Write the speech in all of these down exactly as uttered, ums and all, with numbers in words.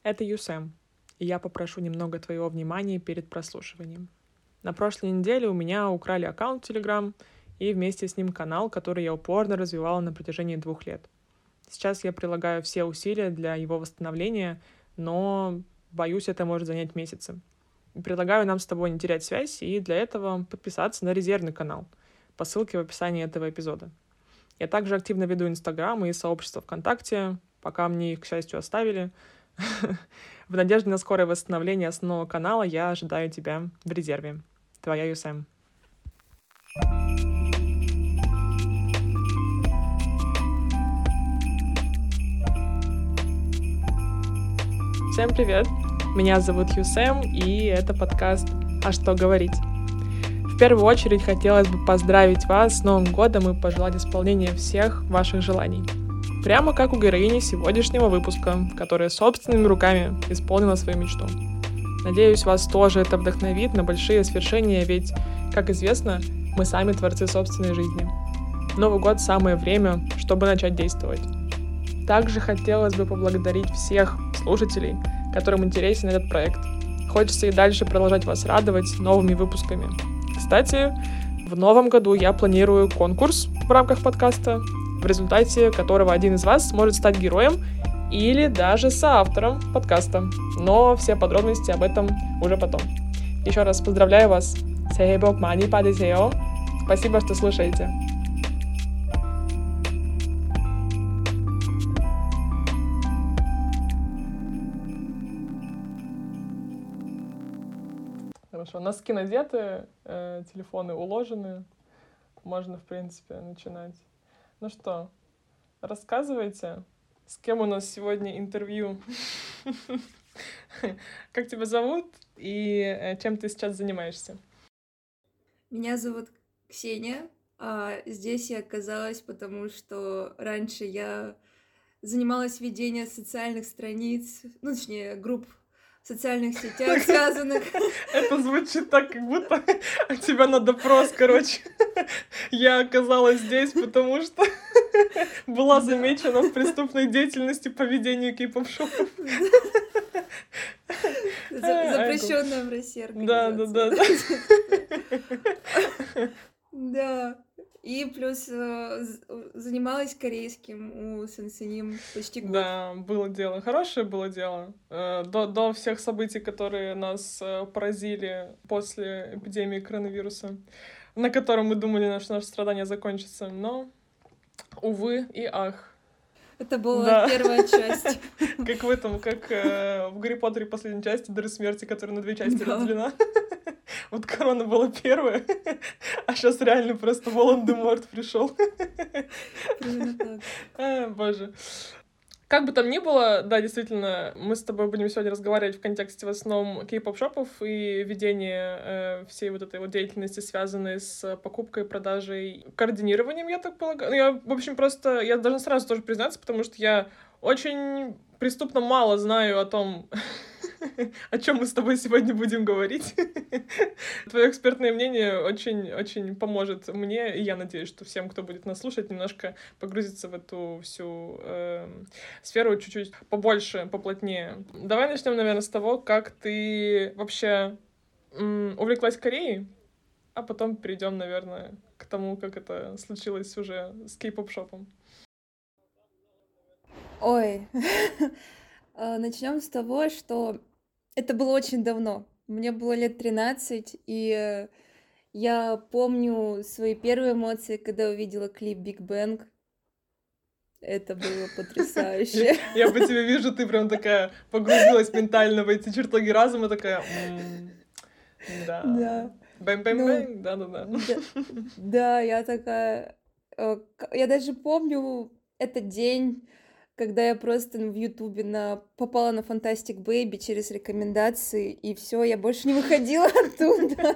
Это Юсэм, и я попрошу немного твоего внимания перед прослушиванием. На прошлой неделе у меня украли аккаунт в Telegram и вместе с ним канал, который я упорно развивала на протяжении двух лет. Сейчас я прилагаю все усилия для его восстановления, но, боюсь, это может занять месяцы. Предлагаю нам с тобой не терять связь и для этого подписаться на резервный канал по ссылке в описании этого эпизода. Я также активно веду Инстаграм и сообщество ВКонтакте, пока мне их, к счастью, оставили. В надежде на скорое восстановление основного канала я ожидаю тебя в резерве. Твоя Юсэм. Всем привет! Меня зовут Юсэм, и это подкаст «А что говорить?». В первую очередь хотелось бы поздравить вас с Новым годом и пожелать исполнения всех ваших желаний. Прямо как у героини сегодняшнего выпуска, которая собственными руками исполнила свою мечту. Надеюсь, вас тоже это вдохновит на большие свершения, ведь, как известно, мы сами творцы собственной жизни. Новый год — самое время, чтобы начать действовать. Также хотелось бы поблагодарить всех слушателей, которым интересен этот проект. Хочется и дальше продолжать вас радовать новыми выпусками. Кстати, в новом году я планирую конкурс в рамках подкаста, в результате которого один из вас сможет стать героем или даже соавтором подкаста. Но все подробности об этом уже потом. Еще раз поздравляю вас. 새해 복 많이 받으세요. Спасибо, что слушаете. Хорошо, носки надеты, э, телефоны уложены. Можно, в принципе, начинать. Ну что, рассказывайте, с кем у нас сегодня интервью? Как тебя зовут и чем ты сейчас занимаешься? Меня зовут Ксения, а здесь я оказалась, потому что раньше я занималась ведением социальных страниц, ну, точнее, групп в социальных сетях связанных. Это звучит так, как будто у тебя на допрос, короче. Я оказалась здесь, потому что была замечена в преступной деятельности по ведению кей-поп-шопов. Запрещенная в России организация. Да, да, да. Да. И плюс э, занималась корейским у Сенсеним почти год. Да, было дело. Хорошее было дело. Э, до, до всех событий, которые нас э, поразили после эпидемии коронавируса, на котором мы думали, что наше страдание закончится. Но, увы и ах. Это была да. первая часть. Как в этом, как э, в Гарри Поттере последней части «Дары смерти», которая на две части да. разделена. Вот корона была первая, а сейчас реально просто Волан-де-Морт пришел. Примерно так. А, боже. Как бы там ни было, да, действительно, мы с тобой будем сегодня разговаривать в контексте в основном кей-поп-шопов и ведения э, всей вот этой вот деятельности, связанной с покупкой, продажей, координированием, я так полагаю. Я, в общем, просто, я должна сразу тоже признаться, потому что я очень преступно мало знаю о том, о чем мы с тобой сегодня будем говорить. Твое экспертное мнение очень-очень поможет мне, и я надеюсь, что всем, кто будет нас слушать, немножко погрузиться в эту всю э, сферу чуть-чуть побольше, поплотнее. Давай начнем, наверное, с того, как ты вообще м, увлеклась Кореей, а потом перейдем, наверное, к тому, как это случилось уже с кей-поп-шопом. Ой, начнем с того, что это было очень давно. Мне было лет тринадцать, и я помню свои первые эмоции, когда увидела клип Big Bang. Это было потрясающе. Я по тебе вижу, ты прям такая погрузилась ментально в эти чертоги разума, такая... Да. Да. Бэм-бэм-бэм, да-да-да. Да, я такая... Я даже помню этот день, когда я просто в Ютубе на... попала на Fantastic Baby через рекомендации, и все, я больше не выходила оттуда.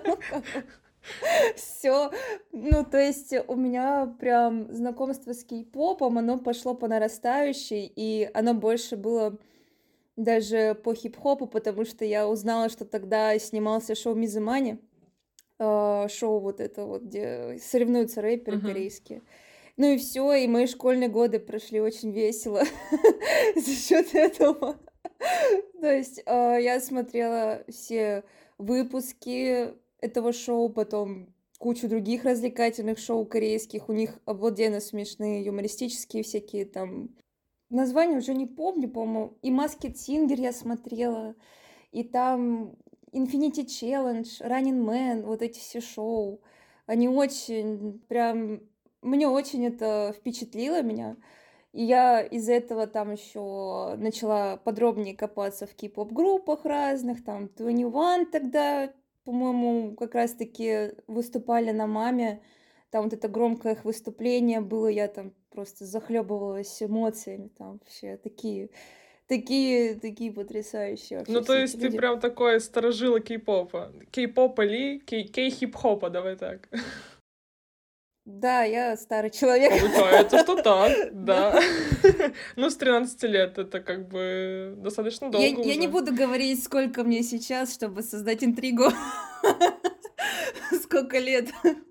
Все, ну, то есть у меня прям знакомство с кей-попом, оно пошло по нарастающей, и оно больше было даже по хип-хопу, потому что я узнала, что тогда снимался шоу Мизумани, шоу вот это вот, где соревнуются рэперы uh-huh. корейские. Ну и все, и мои школьные годы прошли очень весело за счет этого. То есть э, я смотрела все выпуски этого шоу, потом кучу других развлекательных шоу корейских. У них обалденно смешные юмористические всякие там... Название уже не помню, по-моему. И Masked Singer я смотрела, и там Infinity Challenge, Running Man, вот эти все шоу. Они очень прям... Мне очень это впечатлило меня. И я из-за этого там еще начала подробнее копаться в кей-поп группах разных, там двадцать один тогда, по-моему, как раз-таки выступали на Маме, там вот это громкое их выступление было, я там просто захлебывалась эмоциями, там вообще такие, такие, такие потрясающие вообще Ну, то все эти есть ты люди. прям такой старожила кей-попа. Кей-попа ли? Кей- Кей-хип-хопа, давай так. Да, я старый человек. Получается, что так, Да. да. Ну, с тринадцати лет это как бы достаточно Я, долго я не уже. буду говорить, сколько мне сейчас, чтобы создать интригу. Сколько лет.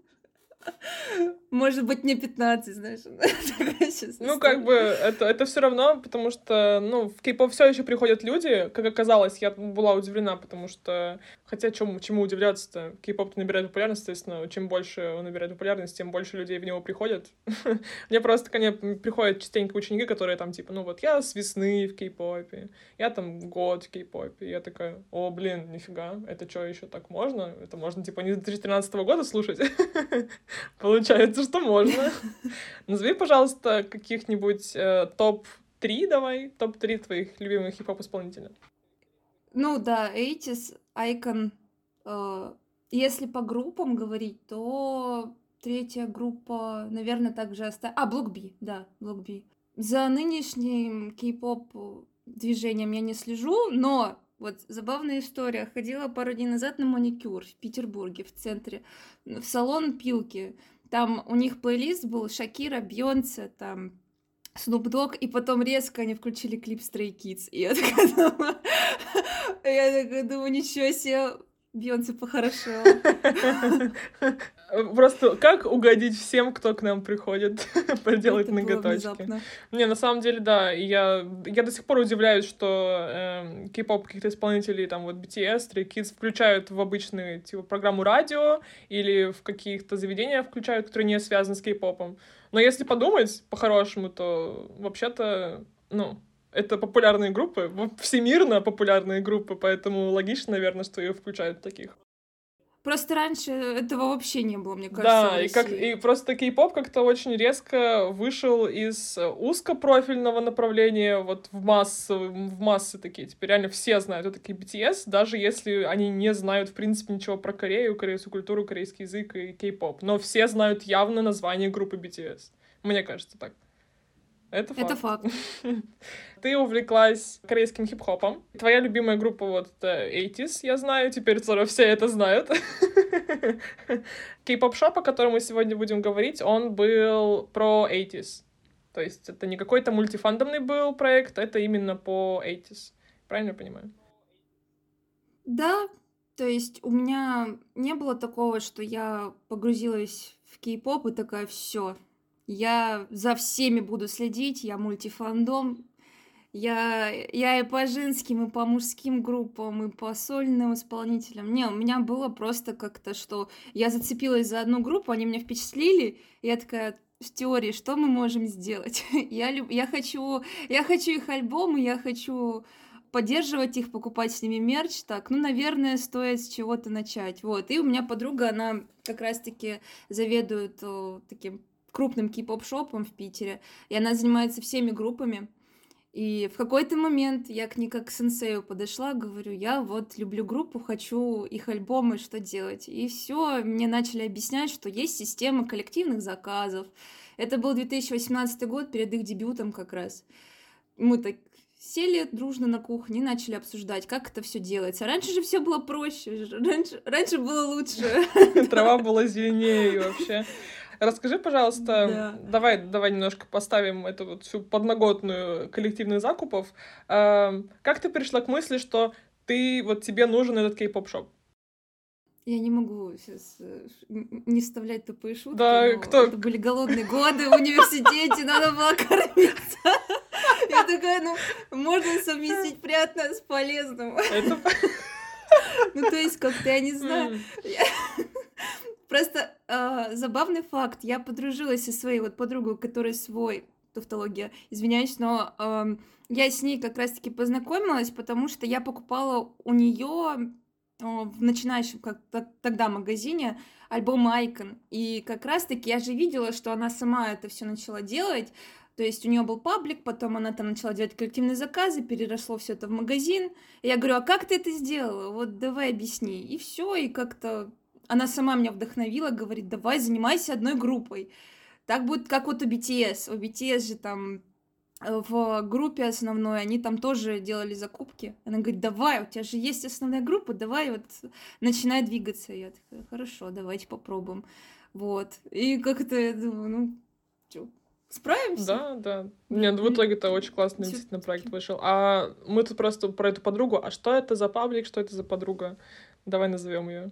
Может быть, мне пятнадцать, знаешь. Такая сейчас Ну, как бы, история. это, это все равно, потому что, ну, в кей-поп все еще приходят люди, как оказалось, я была удивлена, потому что, хотя чему, чему удивляться-то, кей-поп набирает популярность, естественно, чем больше он набирает популярность, тем больше людей в него приходят. Мне просто ко мне приходят частенько ученики, которые там, типа, ну, вот я с весны в кей-попе, я там год в кей-попе, я такая, о, блин, нифига, это что, еще так можно? Это можно, типа, не с две тысячи тринадцатого года слушать? Получается, что можно. Назови, пожалуйста, каких-нибудь э, топ три, давай, топ три твоих любимых хип-хоп исполнителя. Ну да, восьмидесятые, Icon. э, Если по группам говорить, то третья группа, наверное, также осталась. А, Block B, да, Block B. За нынешним кей-поп движением я не слежу, но вот забавная история. Ходила пару дней назад на маникюр в Петербурге, в центре, в салон Пилки. Там у них плейлист был Шакира, Бьонсе, там Snoop Dogg, и потом резко они включили клип Stray Kids. И я такая думаю, я такая думаю, ничего себе, Бьонсе похорошела. Просто как угодить всем, кто к нам приходит, проделать Это было ноготочки. внезапно. Не, на самом деле, да, и я, я до сих пор удивляюсь, что эм, кей-поп каких-то исполнителей, там вот би ти эс, Stray Kids включают в обычную, типа, программу радио или в каких-то заведения включают, которые не связаны с кей-попом. Но если подумать по-хорошему, то вообще-то, ну, это популярные группы, всемирно популярные группы, поэтому логично, наверное, что ее включают в таких. Просто раньше этого вообще не было, мне кажется, Да, в и, как, России. и просто кей-поп как-то очень резко вышел из узкопрофильного направления вот в массы, в массы такие. Теперь реально все знают, кто такие би ти эс, даже если они не знают, в принципе, ничего про Корею, корейскую культуру, корейский язык и кей-поп. Но все знают явно название группы би ти эс. Мне кажется так. Это факт. Это факт. Ты увлеклась корейским хип-хопом. Твоя любимая группа вот восьмидесятые, я знаю, теперь скоро все это знают. Кей-поп-шоп, о котором мы сегодня будем говорить, он был про восьмидесятые. То есть это не какой-то мультифандомный был проект, это именно по восьмидесятым. Правильно я понимаю? Да, то есть у меня не было такого, что я погрузилась в кей-поп и такая, все, я за всеми буду следить, я мультифандом, я, я и по женским, и по мужским группам, и по сольным исполнителям. Не, у меня было просто как-то, что я зацепилась за одну группу, они меня впечатлили, и я такая, в теории, что мы можем сделать? я, люб... я, хочу... я хочу их альбомы, я хочу поддерживать их, покупать с ними мерч, так, ну, наверное, стоит с чего-то начать, вот. И у меня подруга, она как раз-таки заведует о, таким крупным кей-поп-шопом в Питере, и она занимается всеми группами. И в какой-то момент я к ней как к сенсею подошла, говорю, я вот люблю группу, хочу их альбомы, что делать? И все, мне начали объяснять, что есть система коллективных заказов. Это был две тысячи восемнадцатый год, перед их дебютом как раз. Мы так сели дружно на кухне и начали обсуждать, как это все делается. Раньше же все было проще, раньше, раньше было лучше. Трава была зеленее вообще. Расскажи, пожалуйста, Да. давай, давай немножко поставим эту вот всю подноготную коллективных закупов. Эм, Как ты пришла к мысли, что ты, вот тебе нужен этот кей-поп-шоп? Я не могу сейчас не вставлять тупые шутки, Да, но кто- это были голодные годы в университете, надо было кормиться. Я такая, ну, можно совместить приятное с полезным. Это... Ну, то есть, как-то, я не знаю. М. Я- Просто а, забавный факт. Я подружилась со своей вот подругой, у которой свой тавтология, извиняюсь, но ам, я с ней как раз-таки познакомилась, потому что я покупала у нее в начинающем как то- тогда магазине альбом Icon. И как раз-таки я же видела, что она сама это все начала делать. То есть у нее был паблик, потом она там начала делать коллективные заказы, переросло все это в магазин. И я говорю, а как ты это сделала? Вот давай объясни. И все, и как-то она сама меня вдохновила, говорит, давай занимайся одной группой. Так будет, как вот у би ти эс. У би ти эс же там э, в группе основной, они там тоже делали закупки. Она говорит, давай, у тебя же есть основная группа, давай вот начинай двигаться. Я такая, хорошо, давайте попробуем. Вот. И как-то я думаю, ну, чё, справимся? Да, да. Нет, в итоге-то очень классный действительно проект вышел. А мы тут просто про эту подругу. А что это за паблик, что это за подруга? Давай назовем ее.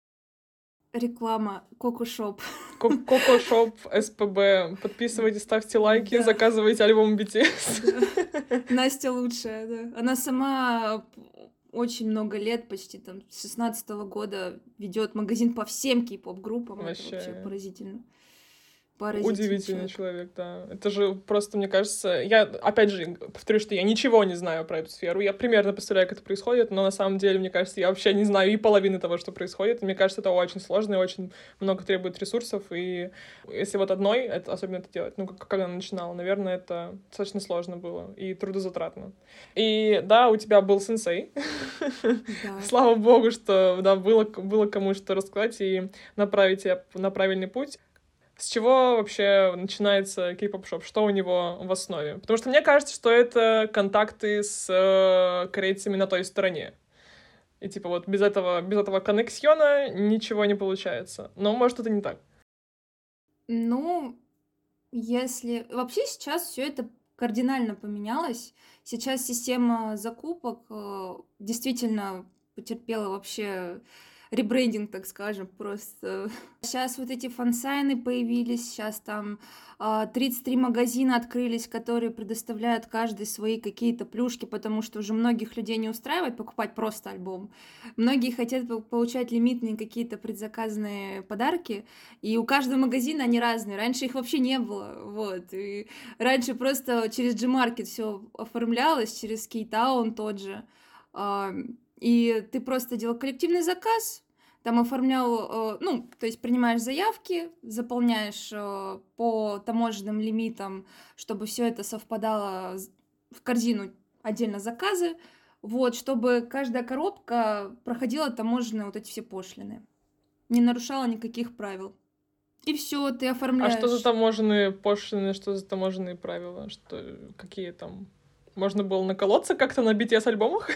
Реклама Кокошоп. Коко Шоп, эс пэ бэ. Подписывайтесь, ставьте лайки, Да. заказывайте альбом би ти эс. Настя лучшая, да. Она сама очень много лет, почти там с шестнадцатого года ведет магазин по всем кей-поп-группам. Это Вообще. вообще поразительно. Поразительный Удивительный человек. человек, да. Это же просто, мне кажется... Я, опять же, повторю, что я ничего не знаю про эту сферу. Я примерно представляю, как это происходит, но на самом деле, мне кажется, я вообще не знаю и половины того, что происходит. И мне кажется, это очень сложно и очень много требует ресурсов. И если вот одной, это, особенно это делать, ну, как, как она начинала, наверное, это достаточно сложно было и трудозатратно. И да, у тебя был сенсей. Да. Слава богу, что да, было, было кому что рассказать и направить тебя на правильный путь. С чего вообще начинается кей-поп-шоп? Что у него в основе? Потому что мне кажется, что это контакты с э, корейцами на той стороне. И типа вот без этого, без этого коннексиона ничего не получается. Но может это не так. Ну, если... Вообще сейчас все это кардинально поменялось. Сейчас система закупок э, действительно потерпела вообще ребрендинг, так скажем, просто. Сейчас вот эти фансайны появились, сейчас там а, тридцать три магазина открылись, которые предоставляют каждый свои какие-то плюшки, потому что уже многих людей не устраивает покупать просто альбом. Многие хотят по- получать лимитные какие-то предзаказанные подарки, и у каждого магазина они разные. Раньше их вообще не было, вот. И раньше просто через Gmarket все оформлялось, через Кейтаун тот же. А, И ты просто делал коллективный заказ, там оформлял, э, ну, то есть принимаешь заявки, заполняешь э, по таможенным лимитам, чтобы все это совпадало с- в корзину отдельно заказы, вот, чтобы каждая коробка проходила таможенные вот эти все пошлины, не нарушала никаких правил. И все, ты А что за оформляешь. таможенные пошлины, что за таможенные правила? Что, какие там? Можно было наколоться как-то на би ти эс-альбомах?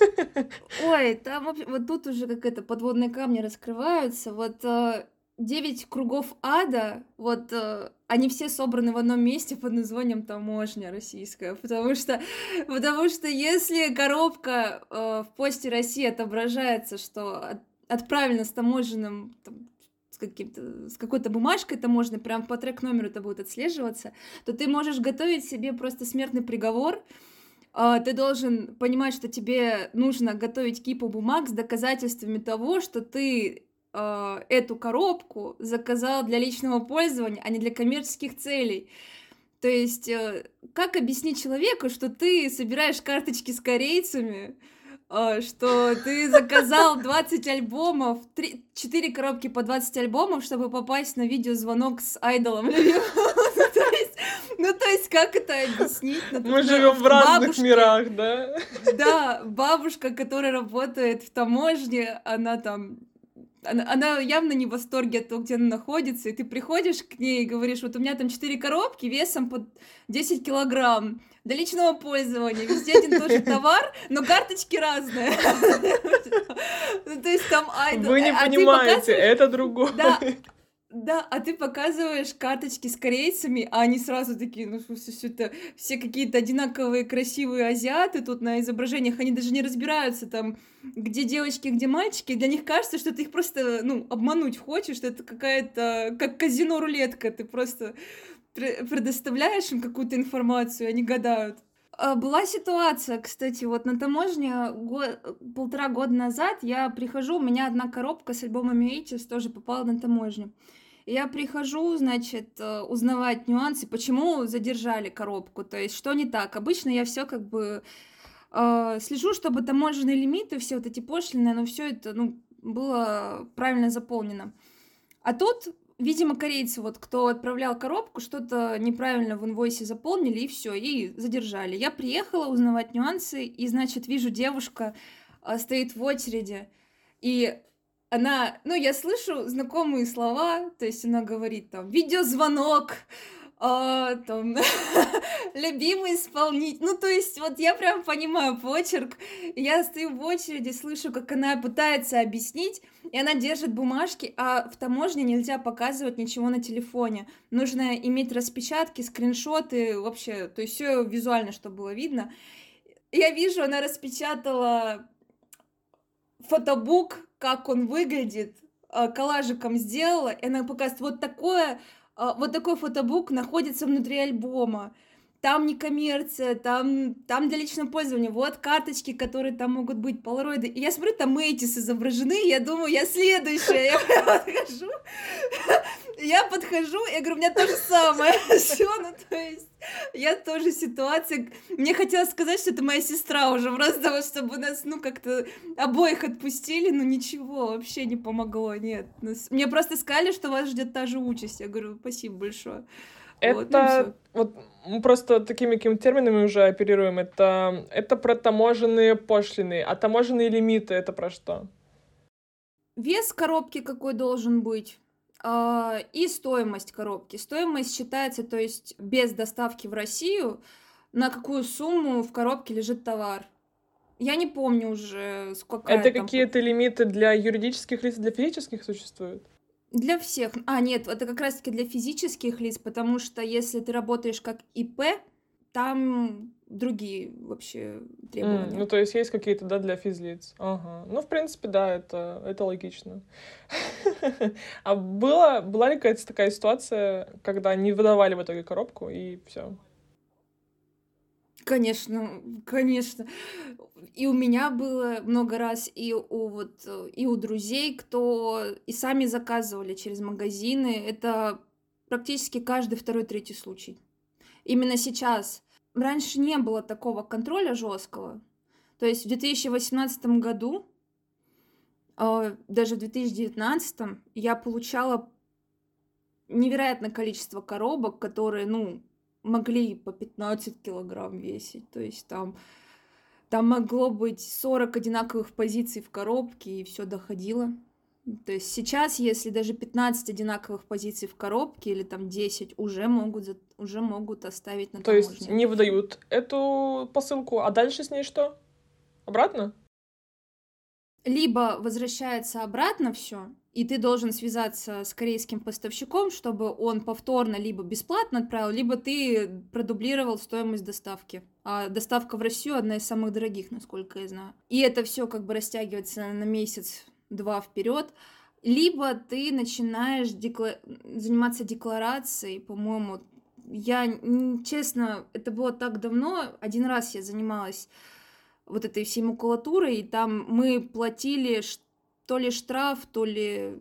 Ой, там вообще- вот тут уже как это подводные камни раскрываются. Вот э, девять кругов ада, вот э, они все собраны в одном месте под названием таможня российская, потому что, потому что если коробка э, в Почте России отображается, что от- отправлено с таможенным там, с каким-то, с какой-то бумажкой таможенной, прям по трек-номеру это будет отслеживаться, то ты можешь готовить себе просто смертный приговор. А, Ты должен понимать, что тебе нужно готовить кипу бумаг с доказательствами того, что ты а, эту коробку заказал для личного пользования, а не для коммерческих целей. То есть, э, как объяснить человеку, что ты собираешь карточки с корейцами, а, что ты заказал двадцать альбомов, три, четыре коробки по двадцать альбомов, чтобы попасть на видеозвонок с айдолом любимым? Ну, то есть, ну, то есть, как это объяснить? Мы Например, живем в разных бабушке, мирах, да? да, бабушка, которая работает в таможне, она там, она, она явно не в восторге от того, где она находится, и ты приходишь к ней и говоришь, вот у меня там четыре коробки весом под десять килограмм для личного пользования, везде один и тот же товар, но карточки разные. Ну, то есть там айдол, Вы не а ты понимаете, показываешь- это другое. Да, да, а ты показываешь карточки с корейцами, а они сразу такие, ну, что все это, все какие-то одинаковые красивые азиаты тут на изображениях, они даже не разбираются там, где девочки, где мальчики, для них кажется, что ты их просто, ну, обмануть хочешь, что это какая-то, как казино-рулетка, ты просто пре- предоставляешь им какую-то информацию, и они гадают. А, Была ситуация, кстати, вот на таможне го- полтора года назад я прихожу, у меня одна коробка с альбомами Эйтис тоже попала на таможню. И я прихожу, значит, э, узнавать нюансы, почему задержали коробку, то есть что не так. Обычно я все как бы э, слежу, чтобы таможенные лимиты, все вот эти пошлины, но все это, ну, было правильно заполнено. А тут, видимо, корейцы, вот кто отправлял коробку, что-то неправильно в инвойсе заполнили, и все, и задержали. Я приехала узнавать нюансы, и, значит, вижу, девушка а, стоит в очереди, и она, ну, я слышу знакомые слова, то есть она говорит там «видеозвонок», а, там любимый исполнитель. Ну, то есть, вот я прям понимаю почерк. Я стою в очереди, слышу, как она пытается объяснить, и она держит бумажки, а в таможне нельзя показывать ничего на телефоне. Нужно иметь распечатки, скриншоты, вообще, то есть все визуально, чтобы было видно. Я вижу, она распечатала фотобук, как он выглядит, а, коллажиком сделала, и она показывает, вот такое, а, вот такой фотобук находится внутри альбома. Там не коммерция, там, там для личного пользования. Вот карточки, которые там могут быть, полароиды. И я смотрю, там Эйтис изображены, я думаю, я следующая. Я прям подхожу, я подхожу, я говорю, у меня то же самое. Все, ну то есть я тоже ситуация. Мне хотелось сказать, что это моя сестра уже, просто вот чтобы нас, ну, как-то обоих отпустили, но ничего, вообще не помогло, нет. Нас- Мне просто сказали, что вас ждет та же участь. Я говорю, спасибо большое. Вот, ну Это все. вот мы просто такими какими терминами уже оперируем. Это, это про таможенные пошлины, а таможенные лимиты это про что? Вес коробки какой должен быть, а, и стоимость коробки. Стоимость считается, то есть без доставки в Россию, на какую сумму в коробке лежит товар. Я не помню уже, с- какая Это там п- какие-то лимиты для юридических лиц, для физических существуют? для всех. А, нет, это как раз-таки для физических лиц, потому что если ты работаешь как И П, там другие вообще М, ну, требования. то есть есть какие-то, да, для физлиц. Ага. Ну, в принципе, да, это, это логично. А была, была ли какая-то такая ситуация, когда не выдавали в итоге коробку, и все? Конечно, конечно. И у меня было много раз, и у вот, э, и у друзей, кто и сами заказывали через магазины. Это практически каждый второй, третий случай. Именно сейчас. Раньше не было такого контроля жесткого. То есть в две тысячи восемнадцатом году, а, даже в две тысячи девятнадцатом я получала невероятное количество коробок, которые, ну, могли по пятнадцать килограмм весить. То есть там Там могло быть сорок одинаковых позиций в коробке, и все доходило. То есть сейчас, если даже пятнадцать одинаковых позиций в коробке или там десять, уже могут, за- уже могут оставить на То есть таможне. не выдают эту посылку, а дальше с ней что? Обратно? Либо возвращается обратно все, и ты должен связаться с корейским поставщиком, чтобы он повторно либо бесплатно отправил, либо ты продублировал стоимость доставки. А доставка в Россию одна из самых дорогих, насколько я знаю. И это все как бы растягивается на месяц-два вперед. Либо ты начинаешь декла- заниматься декларацией, по-моему. Я, н- честно, это было так давно. Один раз я занималась вот этой всей макулатурой, и там мы платили ш- то ли штраф, то ли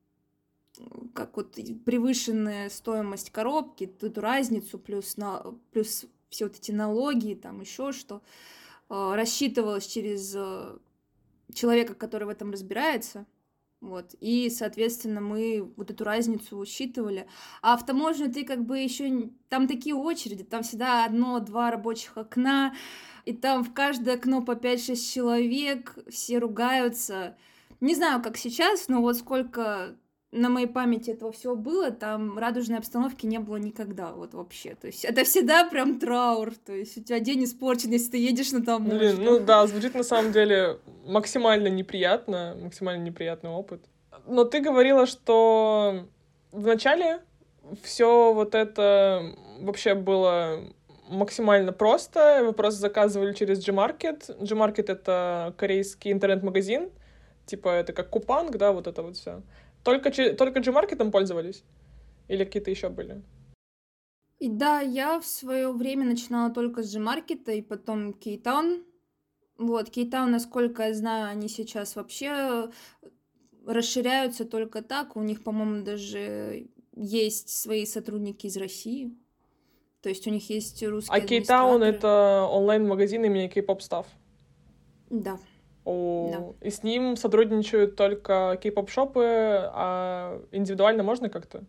как вот и превышенная стоимость коробки, т- эту разницу, плюс, на, плюс все вот эти налоги, там еще что, э, рассчитывалось через э, человека, который в этом разбирается. Вот. И, соответственно, мы вот эту разницу учитывали. А в таможню ты как бы еще... Там такие очереди, там всегда одно-два рабочих окна, и там в каждое окно по пять-шесть человек, все ругаются. Не знаю, как сейчас, но вот сколько на моей памяти этого всего было, там радужной обстановки не было никогда, вот вообще. То есть это всегда прям траур, то есть у тебя день испорчен, если ты едешь на Блин, таможню. ну да, звучит на самом деле максимально неприятно, максимально неприятный опыт. Но ты говорила, что вначале все вот это вообще было максимально просто. Вы просто заказывали через Gmarket. Gmarket — это корейский интернет-магазин. Типа это как Купанг, да, вот это вот все. Только, че- только Gmarket пользовались? Или какие-то еще были? И да, я в свое время начинала только с Gmarket, и потом Кейтаун. Вот, Кейтаун, насколько я знаю, они сейчас вообще расширяются только так. У них, по-моему, даже есть свои сотрудники из России. То есть у них есть А русские Кейтаун — администраторы. это онлайн-магазин имени K-pop Stuff. Да, да. О, и с ним сотрудничают только K-pop шопы, а индивидуально можно как-то?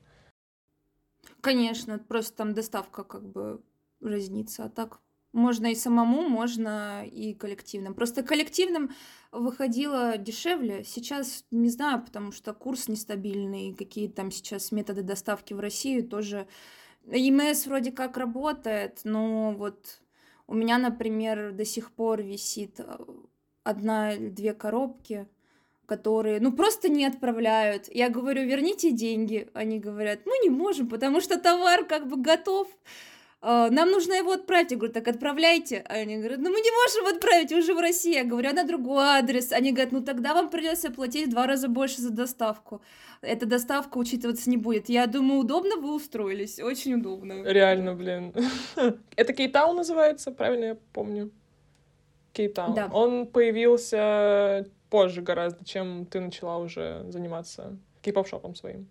Конечно, просто там доставка как бы разнится, а так можно и самому, можно и коллективным. Просто коллективным выходило дешевле. Сейчас не знаю, потому что курс нестабильный, какие там сейчас методы доставки в Россию тоже. и эм эс вроде как работает, но вот у меня, например, до сих пор висит э, одна или две коробки, которые, ну, просто не отправляют. Я говорю, верните деньги. Они говорят, мы не можем, потому что товар как бы готов. А, Нам нужно его отправить. Я говорю, так отправляйте. Они говорят, ну мы не можем отправить, вы же в России. Я говорю, а на другой адрес. Они говорят, ну тогда вам придется платить в два раза больше за доставку. Эта доставка учитываться не будет. Я думаю, удобно вы устроились. Очень удобно. Реально, блин. Это Кейтаун называется, правильно я помню? Кейтаун. Да. Он появился позже гораздо, чем ты начала уже заниматься кей-поп-шопом своим.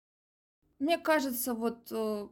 Мне кажется, вот э,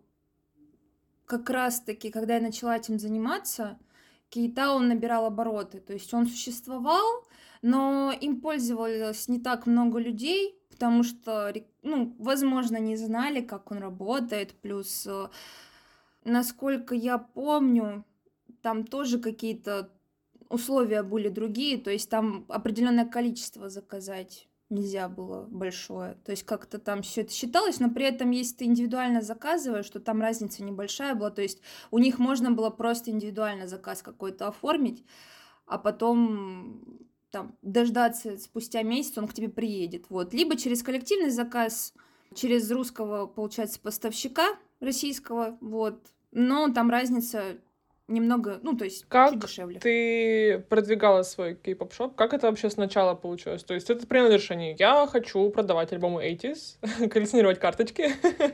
как раз-таки, когда я начала этим заниматься, Кейтаун набирал обороты. То есть он существовал, но им пользовалось не так много людей, потому что, рек- ну, возможно, не знали, как он работает. Плюс, э, насколько я помню, там тоже какие-то условия были другие, то есть там определенное количество заказать нельзя было большое. То есть как-то там все это считалось, но при этом, если ты индивидуально заказываешь, что там разница небольшая была. То есть у них можно было просто индивидуально заказ какой-то оформить, а потом там дождаться спустя месяц, он к тебе приедет. Вот. Либо через коллективный заказ, через русского, получается, поставщика российского, вот. Но там разница немного, ну, то есть чуть Как дешевле. ты продвигала свой кей-поп шоп? Как это вообще сначала получилось? То есть это принял решение, я хочу продавать альбомы восьмидесятых, коллекционировать карточки,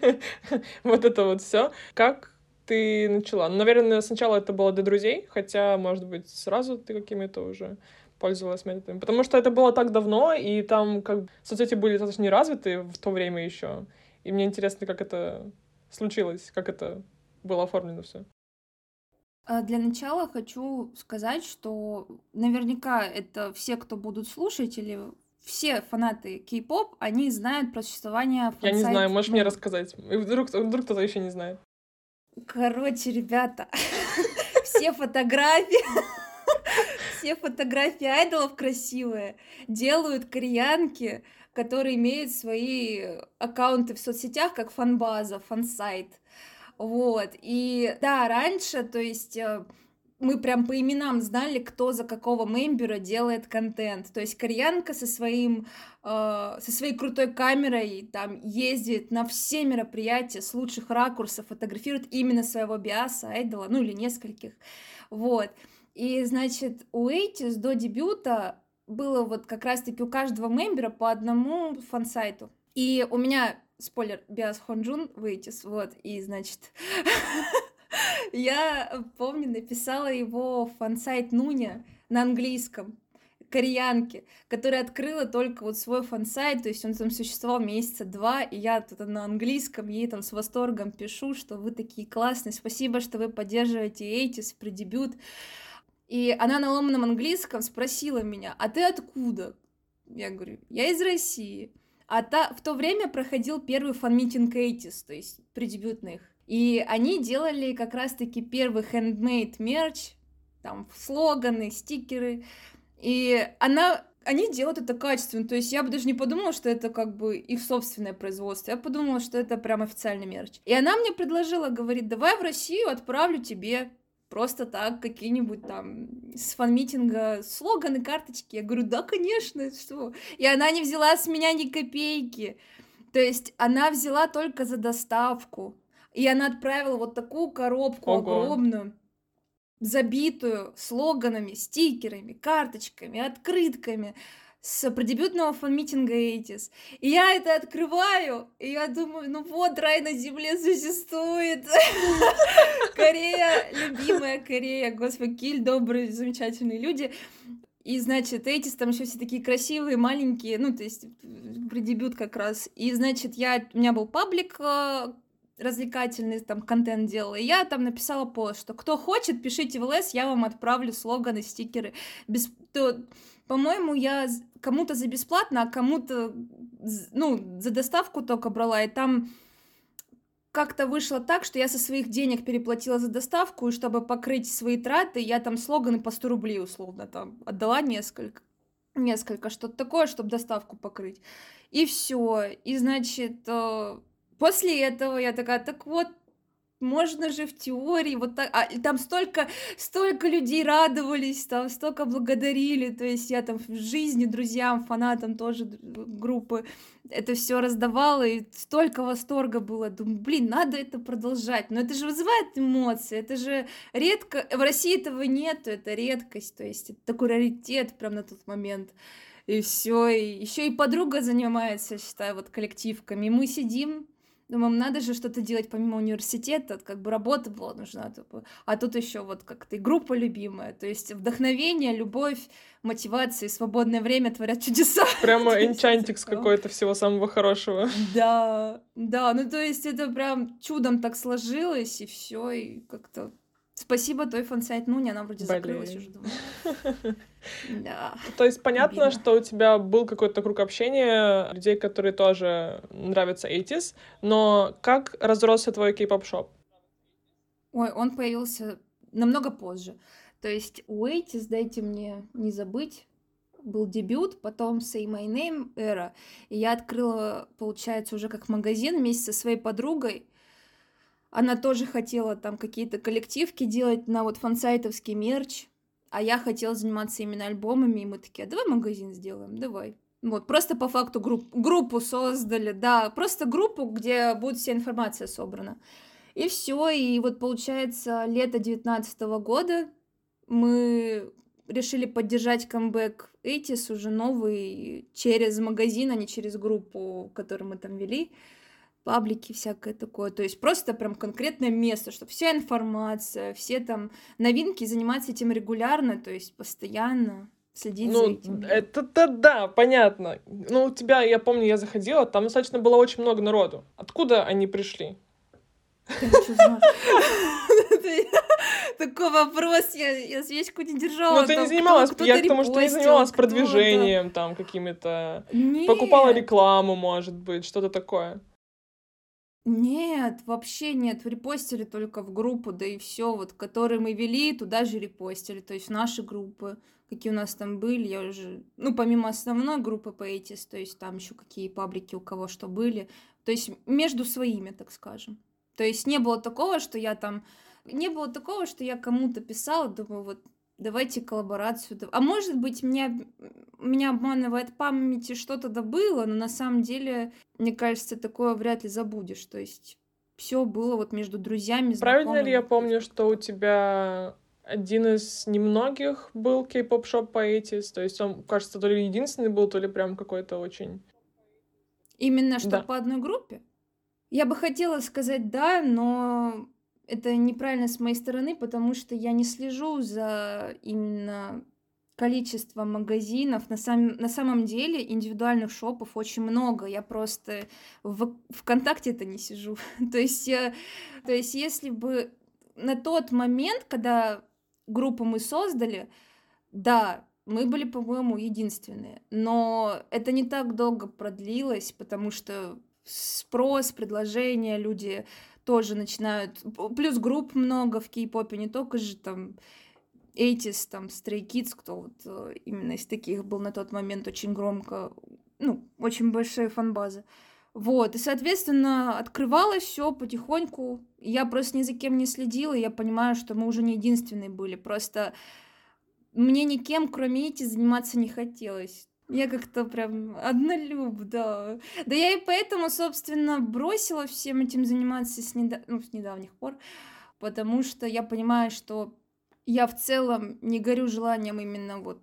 вот это вот все. Как ты начала? Ну, наверное, сначала это было для друзей, хотя, может быть, сразу ты какими-то уже пользовалась методами. Потому что это было так давно, и там как бы соцсети были достаточно не развиты в то время еще. И мне интересно, как это случилось, как это было оформлено все. А, Для начала хочу сказать, что наверняка это все, кто будут слушать, или все фанаты кей-поп, они знают про существование Я не знаю, фан-сайт можешь мне Нуна. рассказать? И вдруг, вдруг кто-то еще не знает. Короче, ребята, все фотографии, все фотографии айдолов красивые делают кореянки, которые имеют свои аккаунты в соцсетях, как фан-база, фан-сайт. Вот, и да, раньше, то есть э, мы прям по именам знали, кто за какого мембера делает контент. То есть кореянка со своим, э, со своей крутой камерой там ездит на все мероприятия с лучших ракурсов, фотографирует именно своего биаса, айдола, ну или нескольких. Вот. И, значит, у эйтис до дебюта было вот как раз-таки у каждого мембера по одному фан-сайту. И у меня, спойлер, биас Хонджун в эйтис, вот, и, значит, я помню, написала его в фан-сайт Нуня на английском, кореянке, которая открыла только вот свой фан-сайт, то есть он там существовал месяца два, и я тут на английском ей там с восторгом пишу, что вы такие классные, спасибо, что вы поддерживаете эйтис при дебют. И она на ломаном английском спросила меня, а ты откуда? Я говорю, я из России. А та, в то время проходил первый фан-митинг эйтис, то есть преддебютных. И они делали как раз-таки первый handmade мерч, там слоганы, стикеры. И она, они делают это качественно, то есть я бы даже не подумала, что это как бы их собственное производство, я подумала, что это прям официальный мерч. И она мне предложила, говорит, давай в Россию отправлю тебе просто так какие-нибудь там с фан-митинга слоганы, карточки. Я говорю, да, конечно, что? И она не взяла с меня ни копейки. То есть она взяла только за доставку. И она отправила вот такую коробку Ого. огромную, забитую слоганами, стикерами, карточками, открытками, с преддебютного фан-митинга эйтис. И я это открываю, и я думаю, ну вот, рай на земле существует. Корея, любимая Корея, господи, какие добрые, замечательные люди. И, значит, эйтис там еще все такие красивые, маленькие, ну, то есть преддебют как раз. И, значит, я, у меня был паблик э, развлекательный, там, контент делала, и я там написала пост, что кто хочет, пишите в ЛС, я вам отправлю слоганы, стикеры. Без... То, по-моему, я кому-то за бесплатно, а кому-то, ну, за доставку только брала, и там как-то вышло так, что я со своих денег переплатила за доставку, и чтобы покрыть свои траты, я там слоганы по сто рублей условно там отдала несколько, несколько, что-то такое, чтобы доставку покрыть. И все. И, значит, после этого я такая, так вот, можно же в теории вот так, а там столько, столько людей радовались, там столько благодарили, то есть я там в жизни друзьям, фанатам тоже группы это все раздавала, и столько восторга было, думаю, блин, надо это продолжать, но это же вызывает эмоции, это же редко, в России этого нет, это редкость, то есть это такой раритет прям на тот момент. И все, и еще и подруга занимается, считаю, вот коллективками, и мы сидим. Думаем, надо же что-то делать помимо университета, как бы работа была нужна, а тут еще вот как-то и группа любимая, то есть вдохновение, любовь, мотивация и свободное время творят чудеса. Прямо энчантикс какой-то всего самого хорошего. Да, да, ну то есть это прям чудом так сложилось, и все, и как-то... Спасибо той фан-сайт Нуни, она вроде Блин. закрылась уже, думаю. Да. То есть понятно, Обидно. что у тебя был какой-то круг общения людей, которые тоже нравятся эйтис, но как разросся твой кей-поп-шоп? Ой, он появился намного позже. То есть у эйтис, дайте мне не забыть, был дебют, потом Say My Name Era, и я открыла, получается, уже как магазин вместе со своей подругой. Она тоже хотела там какие-то коллективки делать на вот фансайтовский мерч, а я хотела заниматься именно альбомами, и мы такие, а давай магазин сделаем, давай. Вот, просто по факту групп, группу создали, да, просто группу, где будет вся информация собрана. И все, и вот получается, лето девятнадцатого года мы решили поддержать камбэк эйтис уже новый через магазин, а не через группу, которую мы там вели. Паблики, всякое такое, то есть просто прям конкретное место, чтобы вся информация, все там новинки, заниматься этим регулярно, то есть постоянно следить за Ну, этим. это-то да, понятно. Ну, у тебя, я помню, я заходила, там достаточно было очень много народу. Откуда они пришли? Я хочу знать. Такой вопрос, я, я свечку не держала. Ну, ты там не занималась, кто-то я к тому, что ты не репостил, занималась кто-то- продвижением, там, какими-то... Нет. Покупала рекламу, может быть, что-то такое. Нет, вообще нет, репостили только в группу, да и все, вот, которые мы вели, туда же репостили, то есть наши группы, какие у нас там были, я уже, ну, помимо основной группы по эйтис, то есть там еще какие паблики у кого что были, то есть между своими, так скажем. То есть не было такого, что я там, не было такого, что я кому-то писала, думаю, вот, давайте коллаборацию. А может быть, меня, меня обманывает память, и что-то да было, но на самом деле, мне кажется, такое вряд ли забудешь. То есть все было вот между друзьями, Правильно ли я знакомыми. помню, что у тебя один из немногих был кей-поп-шоп по эйтис? То есть он, кажется, то ли единственный был, то ли прям какой-то очень... Именно что Да. по одной группе? Я бы хотела сказать да, но это неправильно с моей стороны, потому что я не слежу за именно количеством магазинов. На, сам, на самом деле индивидуальных шопов очень много. Я просто в ВКонтакте это не сижу. то, есть, я, то есть если бы на тот момент, когда группу мы создали, да, мы были, по-моему, единственные. Но это не так долго продлилось, потому что спрос, предложения, люди тоже начинают... Плюс групп много в кей-попе, не только же там эйтис, там Stray Kids, кто вот именно из таких был на тот момент очень громко, ну, очень большая фан-база. Вот, и, соответственно, открывалось все потихоньку. Я просто ни за кем не следила, и я понимаю, что мы уже не единственные были. Просто мне никем, кроме эти, заниматься не хотелось. Я как-то прям однолюб, да. Да я и поэтому, собственно, бросила всем этим заниматься с, недав... ну, с недавних пор, потому что я понимаю, что я в целом не горю желанием именно вот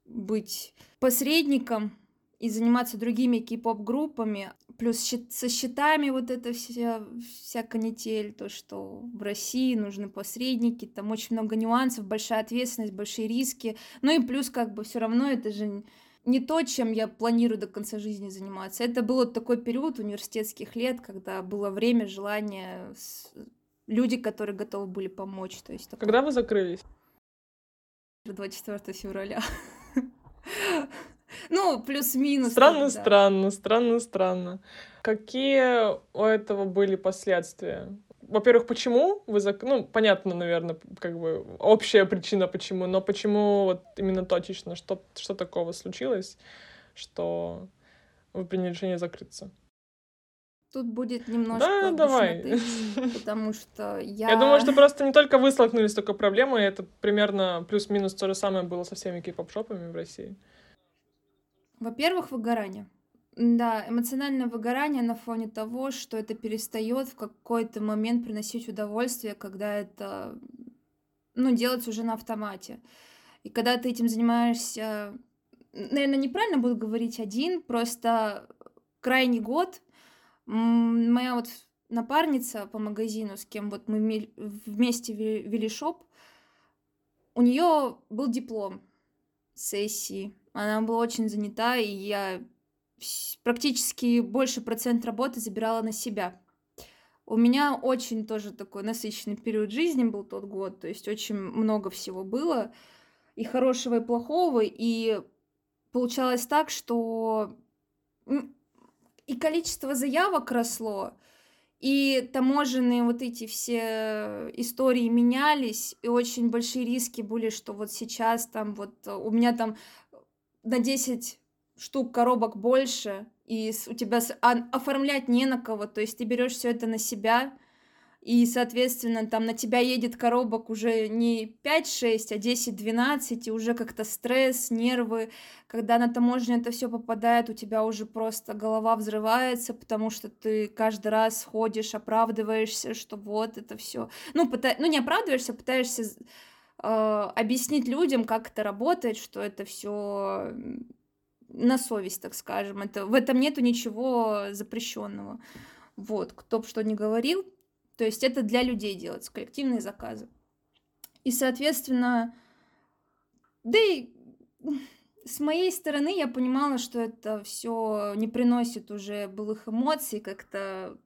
быть посредником и заниматься другими кей-поп-группами, плюс щи- со счетами вот эта вся, вся канитель, то, что в России нужны посредники, там очень много нюансов, большая ответственность, большие риски, ну и плюс как бы все равно это же не то, чем я планирую до конца жизни заниматься. Это был вот такой период университетских лет, когда было время, желание, с- люди, которые готовы были помочь, то есть такой Когда вы закрылись? двадцать четвёртого февраля. Ну, плюс-минус так, Странно, да. странно, странно, странно. Какие у этого были последствия? Во-первых, почему вы зак... Ну, понятно, наверное, как бы общая причина, почему, но почему вот именно точечно? Что, что такого случилось, что вы приняли решение закрыться? Тут будет Да, немножко давай. душноты, потому что Я думаю, я... что просто не только вы столкнулись с такой проблемой, это примерно плюс-минус то же самое было со всеми кей-поп-шопами в России. Во-первых, выгорание. Да, эмоциональное выгорание на фоне того, что это перестает в какой-то момент приносить удовольствие, когда это, ну, делается уже на автомате. И когда ты этим занимаешься, наверное, неправильно буду говорить один, просто крайний год м, моя вот напарница по магазину, с кем вот мы вме- вместе ве- вели шоп, у нее был диплом сессии. Она была очень занята, и я вс- практически больше процент работы забирала на себя. У меня очень тоже такой насыщенный период жизни был тот год, то есть очень много всего было, и хорошего, и плохого, и получалось так, что м, и количество заявок росло, и таможенные вот эти все истории менялись, и очень большие риски были, что вот сейчас там вот э, у меня там на десять штук коробок больше, и с- у тебя с- а- оформлять не на кого, то есть ты берешь все это на себя, и, соответственно, там на тебя едет коробок уже не пять-шесть, а десять-двенадцать, и уже как-то стресс, нервы. Когда на таможню это все попадает, у тебя уже просто голова взрывается, потому что ты каждый раз ходишь, оправдываешься, что вот это все. Ну, пыта- ну, не оправдываешься, пытаешься з- э, объяснить людям, как это работает, что это все на совесть, так скажем. Это, в этом нету ничего запрещенного. Вот, кто бы что ни говорил. То есть это для людей делается, коллективные заказы. И, соответственно, да и с моей стороны я понимала, что это все не приносит уже былых эмоций, как-то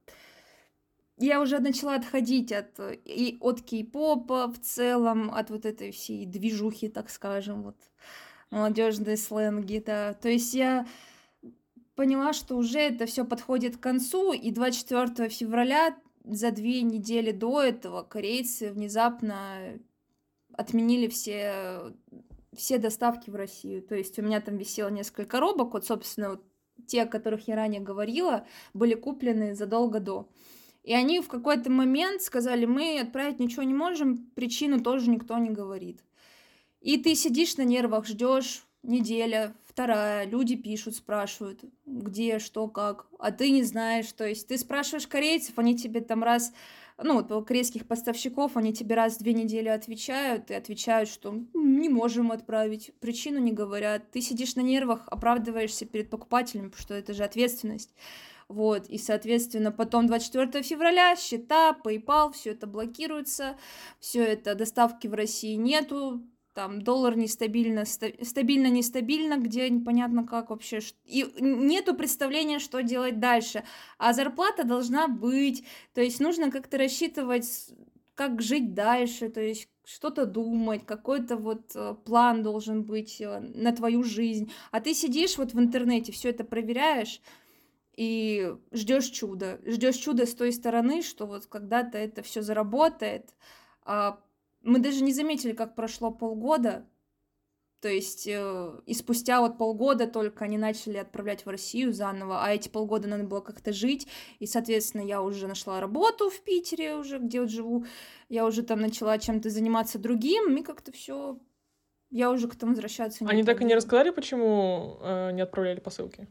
я уже начала отходить от, э, и от кей-попа в целом, от вот этой всей движухи, так скажем, вот молодежные сленги, да. То есть я поняла, что уже это все подходит к концу, и двадцать четвёртого февраля, за две недели до этого, корейцы внезапно отменили все, все доставки в Россию. То есть у меня там висело несколько коробок, вот, собственно, вот те, о которых я ранее говорила, были куплены задолго до. И они в какой-то момент сказали, мы отправить ничего не можем, причину тоже никто не говорит. И ты сидишь на нервах, ждешь неделя, вторая, люди пишут, спрашивают, где, что, как, а ты не знаешь, то есть ты спрашиваешь корейцев, они тебе там раз, ну, вот корейских поставщиков, они тебе раз в две недели отвечают, и отвечают, что «М, не можем отправить, причину не говорят, ты сидишь на нервах, оправдываешься перед покупателем, потому что это же ответственность. Вот, и, соответственно, потом двадцать четвёртого февраля счета, PayPal, все это блокируется, все это, доставки в России нету, там доллар нестабильно, ста- стабильно, нестабильно, где непонятно как вообще, ш- и нету представления, что делать дальше, а зарплата должна быть, то есть нужно как-то рассчитывать, с- как жить дальше, то есть что-то думать, какой-то вот э, план должен быть э, на твою жизнь, а ты сидишь вот в интернете, все это проверяешь, и ждешь чуда. Ждешь чуда с той стороны, что вот когда-то это все заработает. А мы даже не заметили, как прошло полгода. То есть э, и спустя вот полгода только они начали отправлять в Россию заново, а эти полгода надо было как-то жить. И, соответственно, я уже нашла работу в Питере уже, где вот живу. Я уже там начала чем-то заниматься другим, и как-то все. Я уже к этому возвращаться не Они так и не планирую. рассказали, почему э, не отправляли посылки?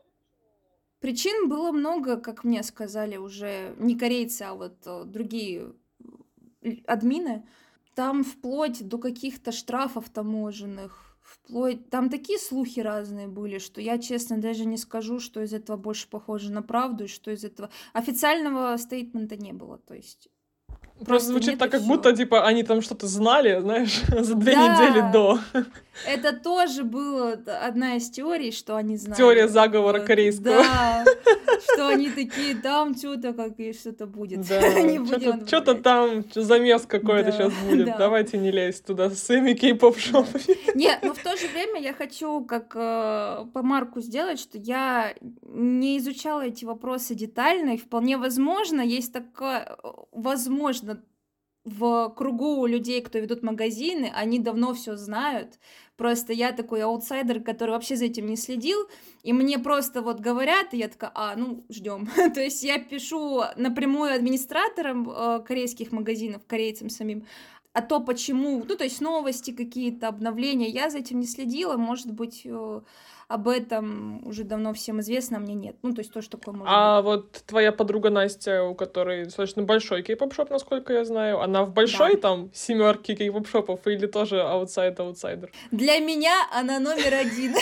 Причин было много, как мне сказали уже не корейцы, а вот э, другие л- админы. Там вплоть до каких-то штрафов таможенных, Вплоть... Там такие слухи разные были, что я, честно, даже не скажу, что из этого больше похоже на правду, и что из этого... Официального стейтмента не было, то есть... Просто звучит так, как будто, типа, они там что-то знали, знаешь, за две Да. недели до. Это тоже была одна из теорий, что они знали. Теория заговора Вот. корейского. Да, что они такие, там что-то, как и что-то будет. Да, Не будем что-то добавлять. там, замес какой-то Да, сейчас будет. да. Давайте не лезть туда с своими кей-поп-шопами. Нет, но в то же время я хочу как э, помарку сделать, что я не изучала эти вопросы детально, и вполне возможно, есть такое, э, возможно, в кругу людей, кто ведут магазины, они давно все знают. Просто я такой аутсайдер, который вообще за этим не следил, и мне просто вот говорят, и я такая, а, ну, ждем. То есть я пишу напрямую администраторам э, корейских магазинов, корейцам самим, а то почему, ну, то есть новости какие-то, обновления, я за этим не следила, может быть, э, об этом уже давно всем известно, а мне нет. Ну, то есть то, что такое может А быть. вот твоя подруга Настя, у которой достаточно большой кей-поп-шоп, насколько я знаю, она в большой Да. там семерке кей-поп-шопов или тоже аутсайд-аутсайдер? Для меня она номер один.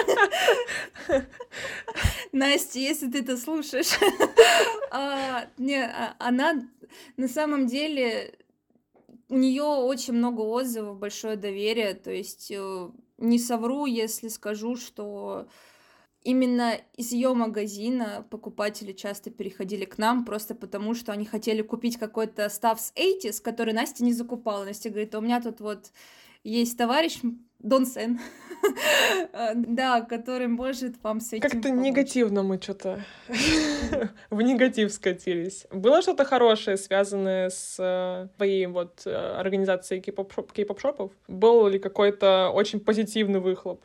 Настя, если ты это слушаешь. А, не, а, она на самом деле, у нее очень много отзывов, большое доверие. То есть э, не совру, если скажу, что именно из ее магазина покупатели часто переходили к нам, просто потому что они хотели купить какой-то став с восьмидесятых, который Настя не закупала. Настя говорит, у меня тут вот есть товарищ Дон Сен, да, который может вам с этим Как-то помочь. негативно мы что-то в негатив скатились. Было что-то хорошее, связанное с э, твоей вот э, организацией кей-поп-шоп- кей-поп-шопов? Был ли какой-то очень позитивный выхлоп?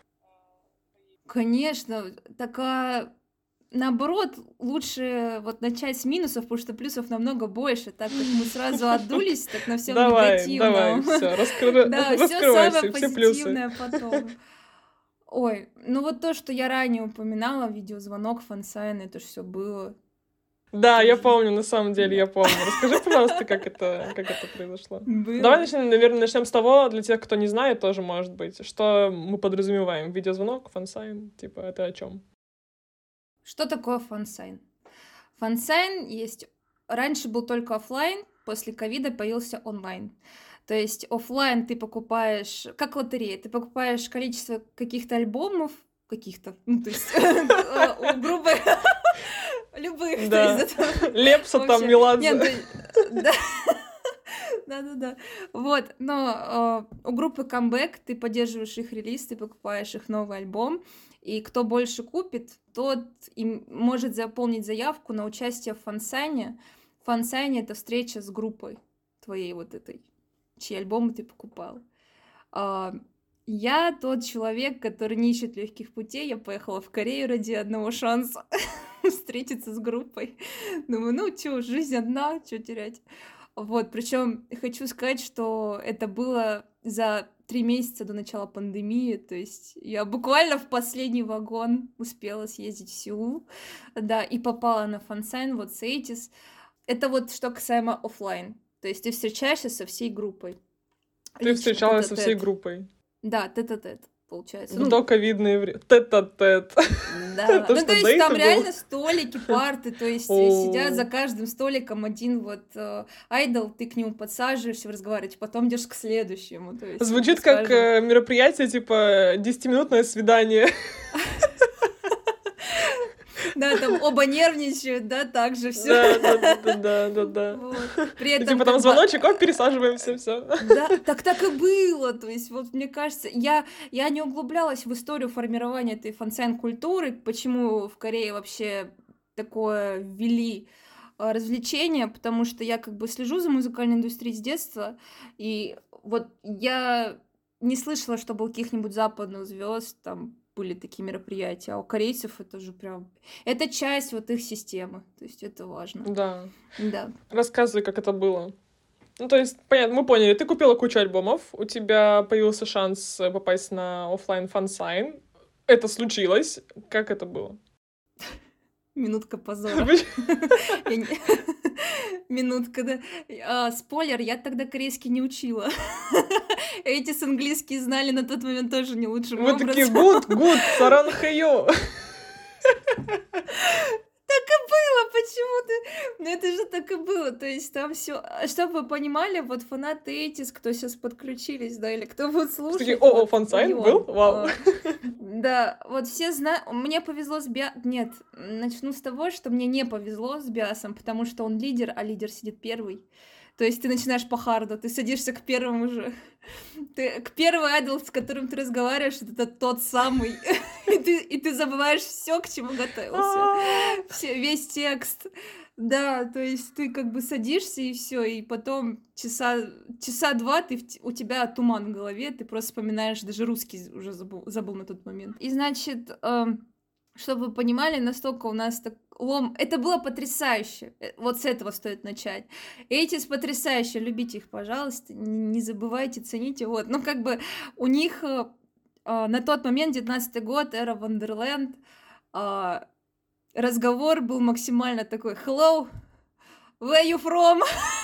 Конечно, такая... Наоборот, лучше вот начать с минусов, потому что плюсов намного больше, так как мы сразу отдулись, так на всем Давай, давай, негативном. все, раскры... Да, все раскрывайся, самое все плюсы. позитивное потом. Ой, ну вот то, что я ранее упоминала, видеозвонок, фансайн, это же все было. Да, я Тоже. помню, на самом деле, Да. я помню. Расскажи, пожалуйста, как это, как это произошло. Было. Давай начнем, наверное, начнем с того, для тех, кто не знает, тоже может быть, что мы подразумеваем. Видеозвонок, фансайн, типа, это о чем? Что такое фансайн? Фансайн есть... Раньше был только офлайн, после ковида появился онлайн. То есть офлайн ты покупаешь, как лотерея, ты покупаешь количество каких-то альбомов, каких-то, ну, то есть, у группы любых. Да, Лепса там, Меладзе. Да. Да-да-да. Вот, но э, у группы Comeback ты поддерживаешь их релиз, ты покупаешь их новый альбом, и кто больше купит, тот им может заполнить заявку на участие в фансайне. Фансайн — это встреча с группой твоей вот этой, чьи альбомы ты покупал. А, я тот человек, который не ищет легких путей. Я поехала в Корею ради одного шанса встретиться с группой. Думаю, ну чё, жизнь одна, чё терять. Вот, причем хочу сказать, что это было за три месяца до начала пандемии, то есть я буквально в последний вагон успела съездить в Сеул, да, и попала на фансайн, вот с восьмидесятых. Это вот что касаемо офлайн, то есть ты встречаешься со всей группой. Ты встречалась со всей группой? Да, тет-а-тет. Получается. В ну, доковидное время. Тет-а-тет. Да. Ну, то есть там реально столики, парты, то есть сидят за каждым столиком один вот айдол, ты к нему подсаживаешься, разговариваете, потом идешь к следующему. Звучит как мероприятие, типа десятиминутное свидание. Да, там оба нервничают, да, так же все. Да, да, да, да, да, да. Вот. При этом, типа там звоночек, оп, пересаживаемся, все. Да, так так и было. То есть, вот мне кажется, я, я не углублялась в историю формирования этой фансайн-культуры, почему в Корее вообще такое ввели развлечение, потому что я как бы слежу за музыкальной индустрией с детства, и вот я не слышала, чтобы у каких-нибудь западных звезд там были такие мероприятия, а у корейцев это же прям... Это часть вот их системы, то есть это важно. Да. Да. Рассказывай, как это было. Ну, то есть, понятно, мы поняли, ты купила кучу альбомов, у тебя появился шанс попасть на офлайн фансайн. Это случилось. Как это было? Минутка позора. Я не- Минутка, да. А, спойлер, я тогда корейский не учила. Эти с английский знали на тот момент тоже не лучшим Мы такие, образом. гуд, гуд, саранхэйо. Так и было, почему ты? Ну это же так и было, то есть там все, чтобы вы понимали, вот фанаты Этис, кто сейчас подключились, да, или кто будет Такие, слушать, о, о, вот фан-сайн был? Йон, Вау. а, да, вот все знают, мне повезло с Биа... Нет, начну с того, что мне не повезло с Биасом, потому что он лидер, а лидер сидит первый. То есть ты начинаешь по харду, ты садишься к первому же. Ты, к первый айдол, с которым ты разговариваешь, это тот самый. И ты, и ты забываешь все, к чему готовился. А, Все, весь текст. Да, то есть ты как бы садишься и все, и потом часа, часа два ты, в т- у тебя туман в голове, ты просто вспоминаешь, даже русский уже забыл, забыл на тот момент. И значит, эм, чтобы вы понимали, настолько у нас так лом... Это было потрясающе. Э, Вот с этого стоит начать. Этис потрясающе, любите их, пожалуйста, н- не забывайте, цените. Вот, ну как бы у них э, э, на тот момент, девятнадцатый год, эра Вандерленд, а, разговор был максимально такой «Hello, where you from?»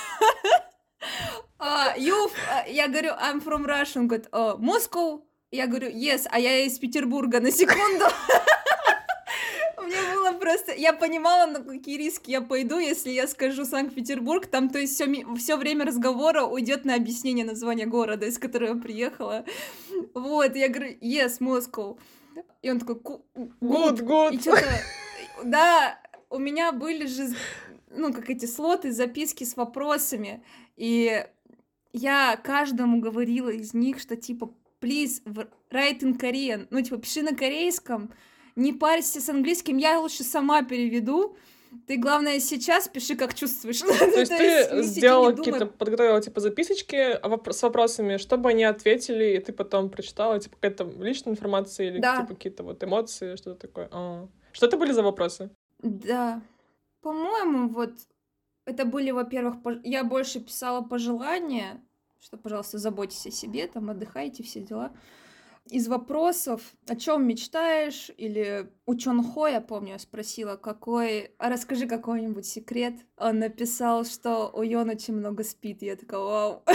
А, you... f- а, Я говорю «I'm from Russia». Он говорит «О, Moscow?» Я говорю «Yes», а я из Петербурга на секунду. Мне было просто... Я понимала, на какие риски я пойду, если я скажу Санкт-Петербург. Там, то есть, все время разговора уйдет на объяснение названия города, из которого я приехала. Вот, я говорю, yes, Moscow. И он такой, «Ку- Гуд, good. гуд. И что-то... Да, у меня были же, ну, как эти слоты, записки с вопросами. И я каждому говорила из них, что типа, please, в- write in Korean. Ну, типа, пиши на корейском, не парься с английским, я лучше сама переведу. Ты, главное, сейчас пиши, как чувствуешь. То есть То ты есть не сиди, не сделала думай. какие-то, подготовила типа записочки а вопро- с вопросами, чтобы они ответили, и ты потом прочитала, типа какая-то личная информация или Да, типа какие-то вот эмоции, что-то такое. А. Что это были за вопросы? да. По-моему, вот это были, во-первых, пож- я больше писала пожелания, что, пожалуйста, заботьтесь о себе, там, отдыхайте, все дела. Из вопросов, о чем мечтаешь, или у Чон Хо, я помню, я спросила, какой, а расскажи какой-нибудь секрет. Он написал, что у Йон очень много спит. Я такая, вау.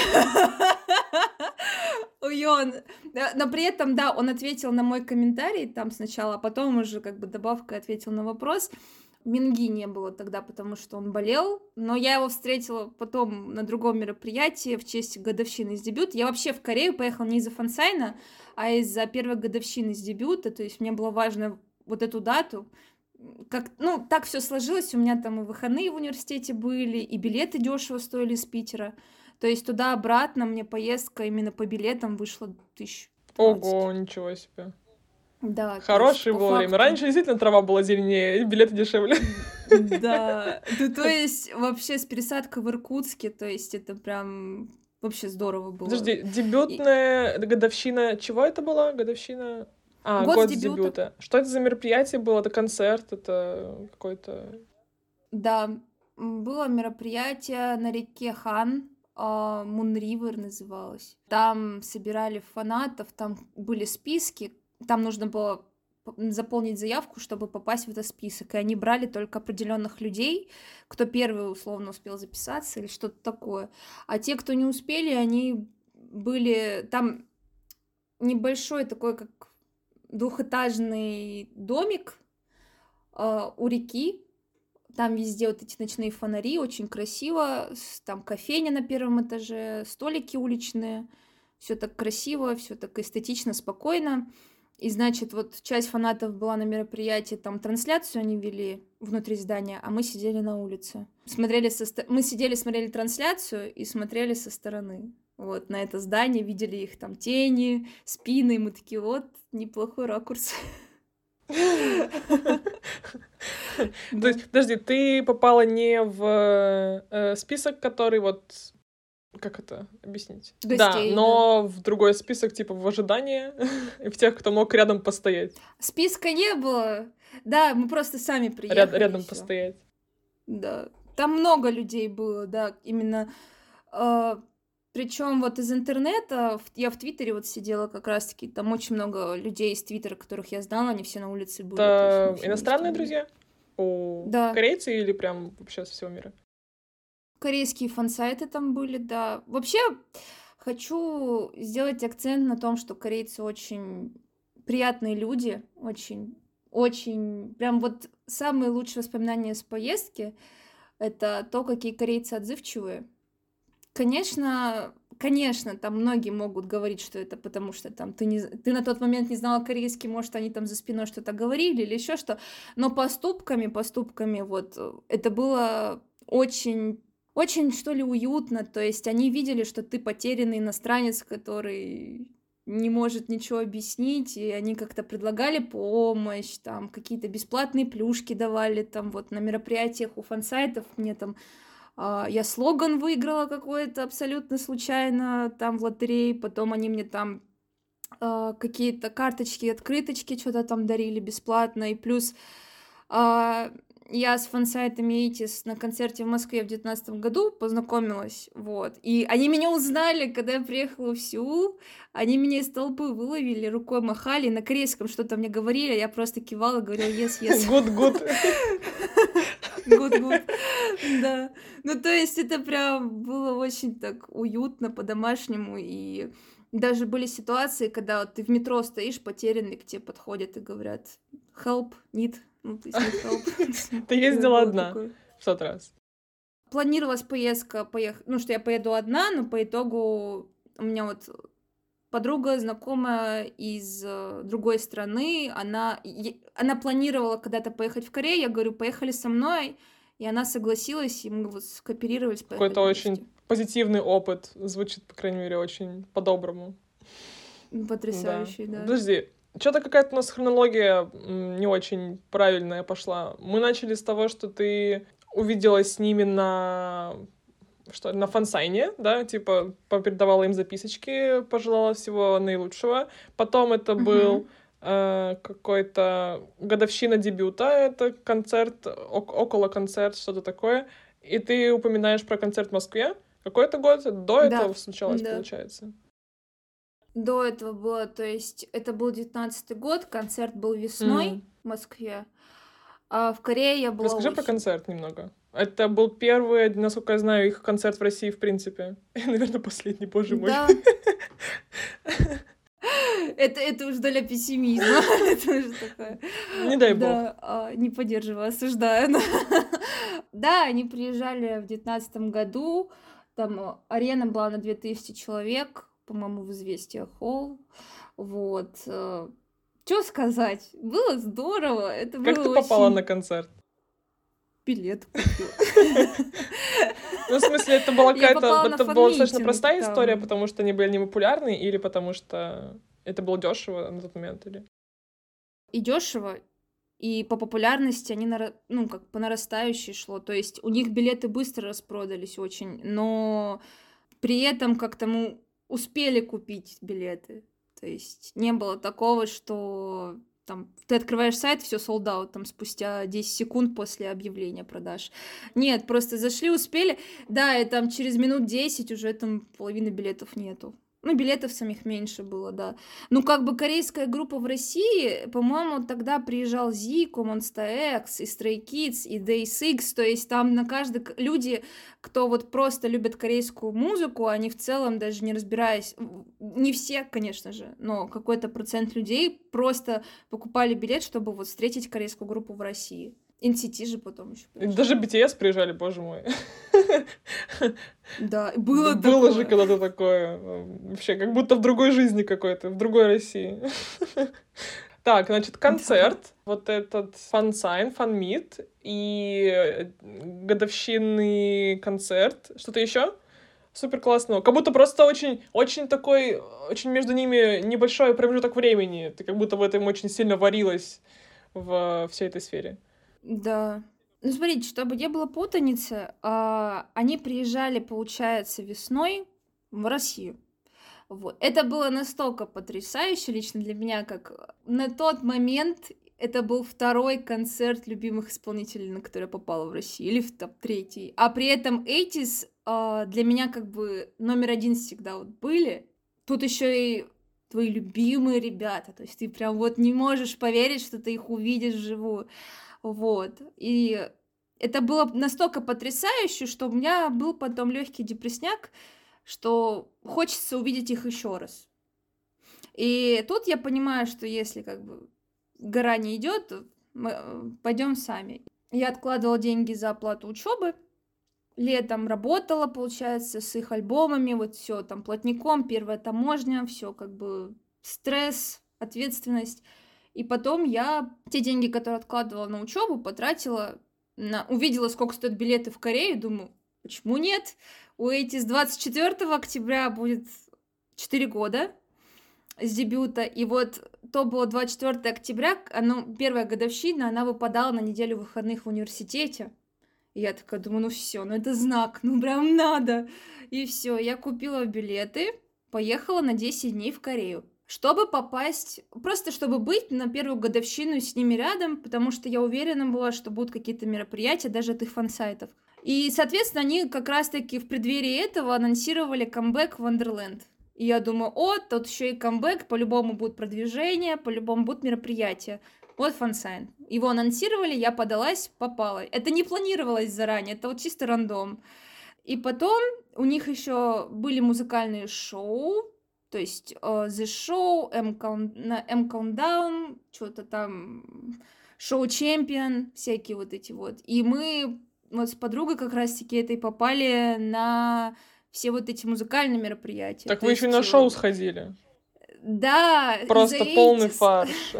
У Йон. Да, но при этом, да, он ответил на мой комментарий там сначала, а потом уже как бы добавкой ответил на вопрос. Минги не было тогда, потому что он болел, но я его встретила потом на другом мероприятии в честь годовщины с дебюта. Я вообще в Корею поехала не из-за фансайна, а из-за первой годовщины с дебюта, то есть мне было важно вот эту дату. Как, ну, так все сложилось, у меня там и выходные в университете были, и билеты дешево стоили из Питера. То есть туда-обратно мне поездка именно по билетам вышла тысяч двадцать. Ого, ничего себе. Да, то есть Хороший по вовремя. факту... Раньше действительно трава была зеленее, и билеты дешевле. Да, ну то есть вообще с пересадкой в Иркутске, то есть это прям вообще здорово было. Подожди, И дебютная годовщина... Чего это была? Годовщина... А, год с год с дебюта, дебюта. Что это за мероприятие было? Это концерт? Это какой-то... да, м, было мероприятие на реке Хан, Мун Ривер называлось. Там собирали фанатов, там были списки, там нужно было п- заполнить заявку, чтобы попасть в этот список. И они брали только определенных людей, кто первый условно успел записаться или что-то такое. А те, кто не успели, они были там небольшой такой, как двухэтажный домик а, у реки. Там везде вот эти ночные фонари, очень красиво. с- Там кофейня на первом этаже, столики уличные. Все так красиво, все так эстетично, спокойно. И, значит, вот часть фанатов была на мероприятии, там трансляцию они вели внутри здания, а мы сидели на улице. Смотрели со ст- Мы сидели, смотрели трансляцию и смотрели со стороны. Вот, на это здание, видели их там тени, спины, и мы такие, вот, неплохой ракурс. То Да. есть, подожди, ты попала не в э, список, который вот... Как это объяснить? Да, Гостей, да. но в другой список, типа в ожидании, и в тех, кто мог рядом постоять. Списка не было. Да, мы просто сами Ряд- приехали, и рядом все. постоять. Да. Там много людей было, да, именно. Причем вот из интернета, в- я в Твиттере вот сидела как раз-таки, там очень много людей из Твиттера, которых я знала, они все на улице были, то есть мы Это все вместе иностранные были. друзья? у Да. корейцев или прям вообще со всего мира? Корейские фан-сайты там были, да. Вообще, хочу сделать акцент на том, что корейцы очень приятные люди, очень, очень, прям вот самые лучшие воспоминания с поездки — это то, какие корейцы отзывчивые. Конечно, конечно, там многие могут говорить, что это потому, что там ты, не, ты на тот момент не знала корейский, может, они там за спиной что-то говорили или еще что, но поступками, поступками вот э, это было очень, очень, что ли, уютно, то есть они видели, что ты потерянный иностранец, который не может ничего объяснить, и они как-то предлагали помощь, там какие-то бесплатные плюшки давали, там вот на мероприятиях у фан-сайтов мне там а, я слоган выиграла какой-то абсолютно случайно там в лотерее, потом они мне там а, какие-то карточки, открыточки что-то там дарили бесплатно, и плюс а, я с фан-сайтами Эйтис на концерте в Москве в девятнадцатом году познакомилась, вот, и они меня узнали, когда я приехала в Сеул, они меня из толпы выловили, рукой махали, на корейском что-то мне говорили, я просто кивала, говорила yes, yes. Good, good. Good, good. Да. Ну, то есть это прям было очень так уютно, по-домашнему, и даже были ситуации, когда вот ты в метро стоишь потерянный, к тебе подходят и говорят help, need, ну, то есть need help. Ты Это ездила было одна такое. в тот раз? Планировалась поездка, поех... ну, что я поеду одна, но по итогу у меня вот подруга, знакомая из э, другой страны, она, е- она планировала когда-то поехать в Корею, я говорю, поехали со мной, и она согласилась, и мы вот скооперировались, поехали Какой-то вместе. очень позитивный опыт. Звучит, по крайней мере, очень по-доброму. Потрясающий, Да. да. Подожди, что-то какая-то у нас хронология м, не очень правильная пошла. Мы начали с того, что ты увиделась с ними на что на фансайне, да, типа передавала им записочки, пожелала всего наилучшего. Потом это Мгм. был э, какой-то годовщина дебюта, это концерт, ок- около концерт, что-то такое. И ты упоминаешь про концерт в Москве. Какой-то год до этого Да, случалось, да. получается. До этого было, то есть это был девятнадцатый год, концерт был весной М. в Москве, а в Корее я была Расскажи про осенью. концерт немного. Это был первый, насколько я знаю, их концерт в России, в принципе. И, наверное, последний, боже мой. Да. Это, это уж доля пессимизма. Это уже такое. Не дай бог. Да, а, не поддерживаю, осуждаю. но- Да, они приезжали в девятнадцатом году. Там э, арена была на две тысячи человек, по-моему, в «Известия Холл». Вот. Что сказать? Было здорово. Это Как ты было попала на очень... концерт? Билет купила. Ну, в смысле, это была Я какая-то... попала на Это была достаточно фан-митинг простая история, там. потому что они были не популярны, или потому что это было дешево на тот момент, или... И дешево, и по популярности они, нара- ну, как по нарастающей шло. То есть у них билеты быстро распродались очень, но при этом как-то мы успели купить билеты. То есть не было такого, что там ты открываешь сайт, все sold out, там спустя десять секунд после объявления продаж. Нет, просто зашли, успели. Да, и там через минут десять уже там половины билетов нету. Ну, билетов самих меньше было, да. Ну, как бы корейская группа в России, по-моему, тогда приезжал Zico, Monsta X, и Stray Kids, и Day Six, то есть там на каждый... к- Люди, кто вот просто любят корейскую музыку, они в целом, даже не разбираясь, в- не все, конечно же, но какой-то процент людей просто покупали билет, чтобы вот встретить корейскую группу в России. эн си ти же потом еще И приезжал. даже би ти эс приезжали, боже мой. Да, было Да было же такое. когда-то такое. э, Вообще, как будто в другой жизни какой-то, в другой России. Так, значит, Да. концерт, вот этот фан-сайн, фан-мит и э, годовщинный концерт. Что-то еще? Супер классно. Как будто просто очень, очень такой, очень между ними небольшой промежуток времени. Ты как будто в этом очень сильно варилась в всей этой сфере. Да. Ну, смотрите, чтобы не было путаницы, а, они приезжали, получается, весной в Россию. Вот. Это было настолько потрясающе лично для меня, как на тот момент это был второй концерт любимых исполнителей, на который я попала в Россию, или в топ-третий. А при этом Эйтис для меня как бы номер один всегда вот были. Тут еще и твои любимые ребята, то есть ты прям вот не можешь поверить, что ты их увидишь вживую. Вот. И это было настолько потрясающе, что у меня был потом легкий депрессняк, что хочется увидеть их еще раз. И тут я понимаю, что если как бы гора не идет, то мы пойдем сами. Я откладывала деньги за оплату учебы. Летом работала, получается, с их альбомами, вот все там плотником, первая таможня, все как бы стресс, ответственность. И потом я те деньги, которые откладывала на учебу, потратила на... Увидела, сколько стоят билеты в Корею, думаю, почему нет? У Эйти с двадцать четвёртого октября будет четыре года с дебюта, и вот то было двадцать четвёртого октября, оно, первая годовщина, она выпадала на неделю выходных в университете. И я такая думаю, ну все, ну это знак, ну прям надо. И все, я купила билеты, поехала на десять дней в Корею, чтобы попасть, просто чтобы быть на первую годовщину с ними рядом, потому что я уверена была, что будут какие-то мероприятия, даже от их фан-сайтов. И, соответственно, они как раз-таки в преддверии этого анонсировали камбэк в Wonderland. И я думаю, о, тут еще и камбэк, по-любому будет продвижение, по-любому будут мероприятия. Вот фан-сайн. Его анонсировали, я подалась, попала. Это не планировалось заранее, это вот чисто рандом. И потом у них еще были музыкальные шоу, то есть uh, The Show, M-Countdown, что-то там, Show Champion, всякие вот эти вот. И мы вот с подругой как раз-таки этой попали на все вот эти музыкальные мероприятия. Так То вы есть... еще на шоу сходили? Да. Просто полный фарш.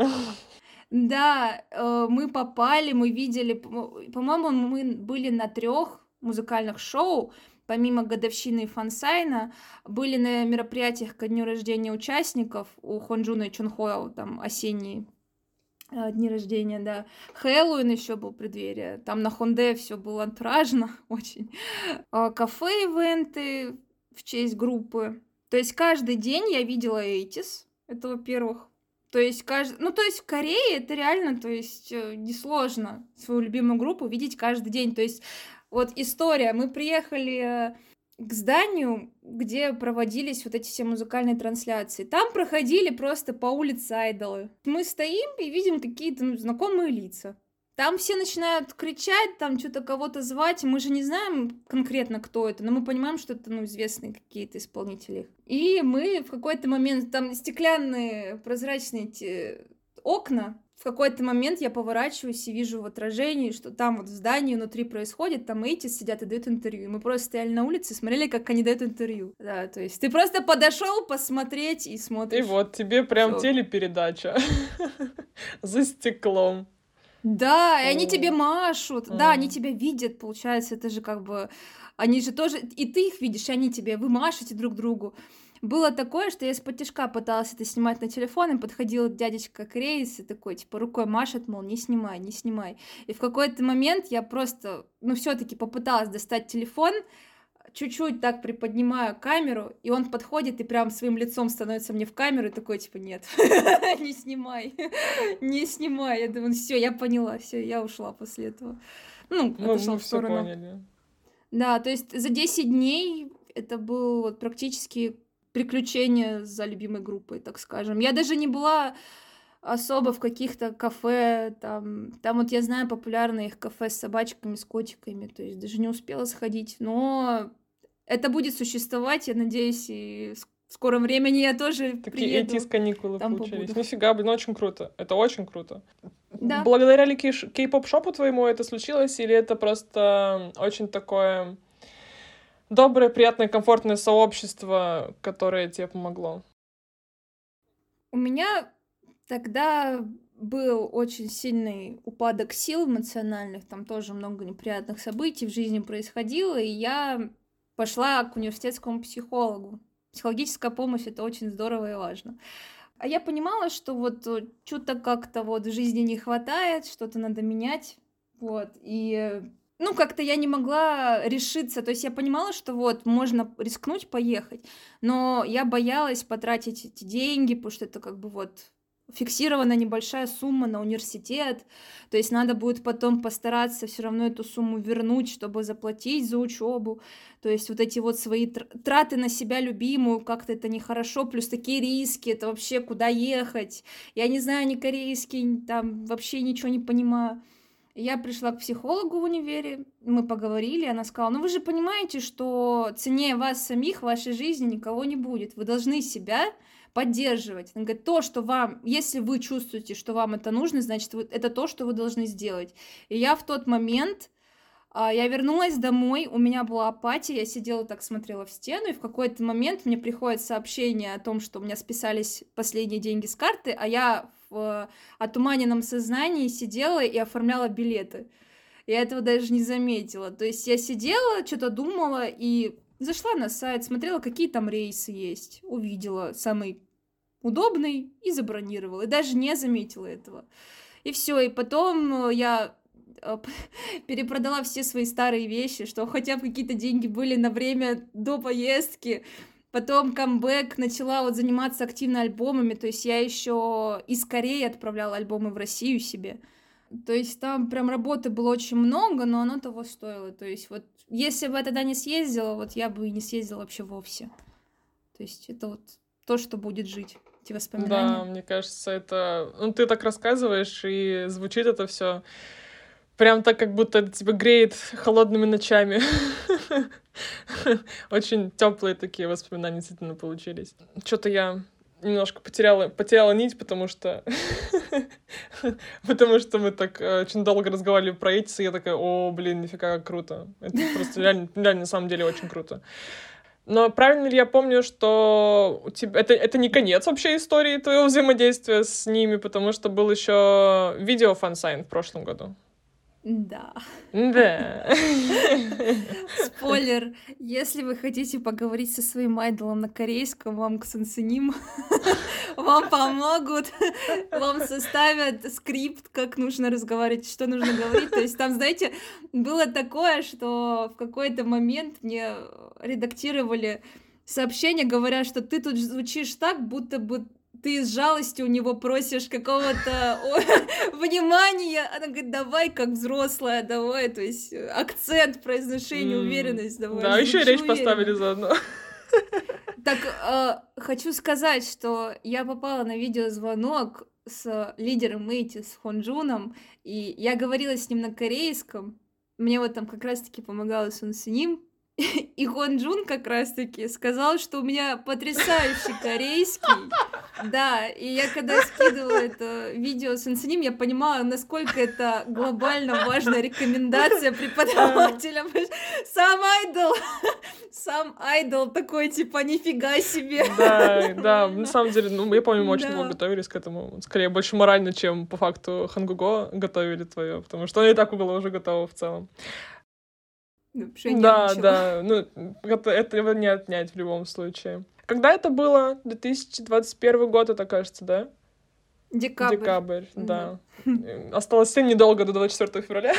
Да, мы попали, мы видели, по-моему, мы были на трех музыкальных шоу, помимо годовщины фан-сайна, были на мероприятиях ко дню рождения участников, у Хонджуна и Чонхоа там осенние дни рождения, да. Хэллоуин еще был в преддверии, там на Хонде все было антуражно очень. Кафе-ивенты в честь группы. То есть каждый день я видела эйтис, это во-первых. То есть, каждый... ну, то есть в Корее это реально, то есть несложно свою любимую группу видеть каждый день. То есть вот история. Мы приехали к зданию, где проводились вот эти все музыкальные трансляции. Там проходили просто по улице айдолы. Мы стоим и видим какие-то ну, знакомые лица. Там все начинают кричать, там что-то кого-то звать. Мы же не знаем конкретно, кто это, но мы понимаем, что это ну, известные какие-то исполнители. И мы в какой-то момент, там стеклянные прозрачные эти окна, в какой-то момент я поворачиваюсь и вижу в отражении, что там вот в здании внутри происходит, там эйти сидят и дают интервью. И мы просто стояли на улице и смотрели, как они дают интервью. Да, то есть ты просто подошел посмотреть и смотришь. И вот тебе прям Всё. Телепередача за стеклом. Да, и они тебе машут, да, они тебя видят, получается, это же как бы, они же тоже, и ты их видишь, и они тебе, вы машете друг другу. Было такое, что я из-под пыталась это снимать на телефон, и подходил дядечка Крейс и такой, типа, рукой машет, мол, не снимай, не снимай. И в какой-то момент я просто, ну, все-таки попыталась достать телефон, чуть-чуть так приподнимаю камеру, и он подходит и прям своим лицом становится мне в камеру и такой, типа, нет, не снимай, не снимай. Я думаю, все, я поняла, все, я ушла после этого. Ну, Мы, отошла мы в все сторону. поняли. Да, то есть за десять дней это было вот практически приключение за любимой группой, так скажем. Я даже не была особо в каких-то кафе, там, там вот я знаю популярные их кафе с собачками, с котиками, то есть даже не успела сходить, но это будет существовать, я надеюсь, и в скором времени я тоже Такие приеду. эти каникулы там получились. побуду. Нифига, блин, очень круто. Это очень круто. Да. Благодаря ли кей- кей-поп-шопу твоему это случилось, или это просто очень такое доброе, приятное, комфортное сообщество, которое тебе помогло? У меня тогда был очень сильный упадок сил эмоциональных, там тоже много неприятных событий в жизни происходило, и я пошла к университетскому психологу. Психологическая помощь — это очень здорово и важно. А я понимала, что вот что-то как-то вот в жизни не хватает, что-то надо менять, вот, и ну, как-то я не могла решиться, то есть я понимала, что вот, можно рискнуть, поехать, но я боялась потратить эти деньги, потому что это как бы вот фиксирована небольшая сумма на университет, то есть надо будет потом постараться все равно эту сумму вернуть, чтобы заплатить за учебу, то есть вот эти вот свои траты на себя любимую, как-то это нехорошо, плюс такие риски, это вообще куда ехать, я не знаю ни корейский, там вообще ничего не понимаю. Я пришла к психологу в универе, мы поговорили, она сказала: ну вы же понимаете, что ценнее вас самих в вашей жизни никого не будет. Вы должны себя поддерживать. Она говорит: то, что вам, если вы чувствуете, что вам это нужно, значит, вы, это то, что вы должны сделать. И я в тот момент, а, я вернулась домой, у меня была апатия, я сидела так, смотрела в стену, и в какой-то момент мне приходит сообщение о том, что у меня списались последние деньги с карты, а я в отуманенном сознании сидела и оформляла билеты. Я этого даже не заметила. То есть я сидела, что-то думала и зашла на сайт, смотрела, какие там рейсы есть, увидела самый удобный и забронировала. И даже не заметила этого. И все. И потом я перепродала все свои старые вещи, что хотя бы какие-то деньги были на время до поездки. Потом камбэк, начала вот заниматься активно альбомами, то есть я еще из Кореи отправляла альбомы в Россию себе. То есть там прям работы было очень много, но оно того стоило. То есть вот если бы я тогда не съездила, вот я бы и не съездила вообще вовсе. То есть это вот то, что будет жить, эти воспоминания. Да, мне кажется, это... Ну, ты так рассказываешь, и звучит это все прям так, как будто это тебя греет холодными ночами. Очень теплые такие воспоминания действительно получились. Что-то я немножко потеряла, потеряла нить, потому что... потому что мы так э, очень долго разговаривали про Этис, и я такая: о, блин, нифига, как круто. Это просто реально, реально, на самом деле, очень круто. Но правильно ли я помню, что у тебя... это, это не конец вообще истории твоего взаимодействия с ними, потому что был еще видео фансайн в прошлом году? Да. Да. Спойлер, если вы хотите поговорить со своим айдолом на корейском, вам Ксансеним, вам помогут, вам составят скрипт, как нужно разговаривать, что нужно говорить. То есть там, знаете, было такое, что в какой-то момент мне редактировали сообщение, говоря, что ты тут звучишь так, будто бы ты с жалостью у него просишь какого-то внимания. Она говорит: давай как взрослая, давай, то есть акцент, произношение, уверенность, давай. Да, еще и речь поставили заодно. Так, э, хочу сказать, что я попала на видеозвонок с лидером Эйти, с Хонджуном, и я говорила с ним на корейском. Мне вот там как раз-таки помогала Сунсиним. И Хонджун как раз-таки сказал, что у меня потрясающий корейский. Да, и я когда скидывала это видео с Инсаним, я понимала, насколько это глобально важная рекомендация преподавателям. Сам айдол, сам айдол такой, типа, нифига себе. Да, да, на самом деле, ну, я помню, мы очень много готовились к этому. Скорее, больше морально, чем по факту Хангуго готовили твое, потому что оно и так было уже готово в целом. Да, да, ну, это, этого не отнять в любом случае. Когда это было? две тысячи двадцать первый год, это, кажется, да? Декабрь. Декабрь, да. да. Осталось совсем недолго до двадцать четвёртого февраля.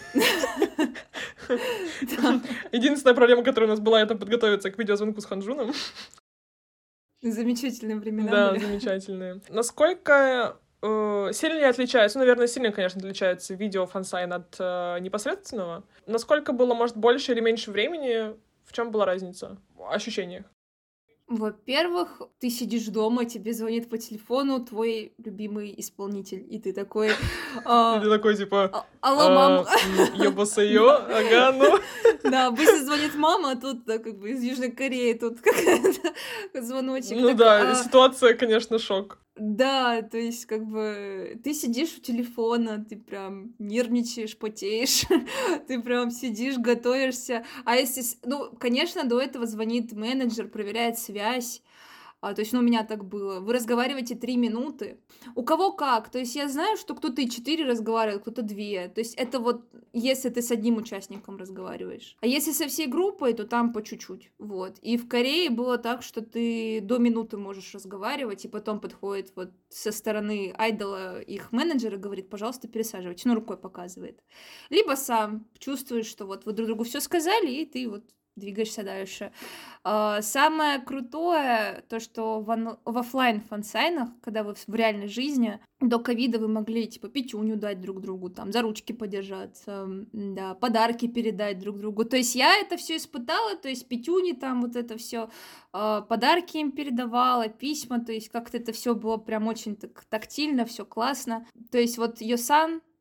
Единственная проблема, которая у нас была, это подготовиться к видеозвонку с Хонджуном. Замечательные времена. Да, замечательные. Насколько... Сильно ли отличается? Ну, наверное, сильно, конечно, отличается видео фансайн от э, непосредственного. Насколько было, может, больше или меньше времени? В чем была разница? В ощущениях? Во-первых, ты сидишь дома, тебе звонит по телефону твой любимый исполнитель, и ты такой... Ты такой, типа... Алло, мам! Ёбасайо, ага, ну... Да, обычно звонит мама, а тут, да, как бы из Южной Кореи, тут какой-то звоночек. Ну да, ситуация, конечно, шок. Да, то есть, как бы, ты сидишь у телефона, ты прям нервничаешь, потеешь, ты прям сидишь, готовишься. А если... Ну, конечно, до этого звонит менеджер, проверяет связь. А, то есть, ну, у меня так было. Вы разговариваете три минуты. У кого как. То есть, я знаю, что кто-то и четыре разговаривает, кто-то две. То есть, это вот если ты с одним участником разговариваешь. А если со всей группой, то там по чуть-чуть. Вот. И в Корее было так, что ты до минуты можешь разговаривать, и потом подходит вот со стороны айдола их менеджера, говорит: пожалуйста, пересаживайтесь. Ну, рукой показывает. Либо сам чувствуешь, что вот вы друг другу все сказали, и ты вот двигаешься дальше. Uh, самое крутое, то, что в, ан- в офлайн фансайнах, когда вы в, в реальной жизни, до ковида вы могли, типа, пятюню дать друг другу, там, за ручки подержаться, да, подарки передать друг другу. То есть я это все испытала, то есть пятюни, там, вот это все, uh, подарки им передавала, письма, то есть как-то это все было прям очень так тактильно, все классно. То есть вот Йосан,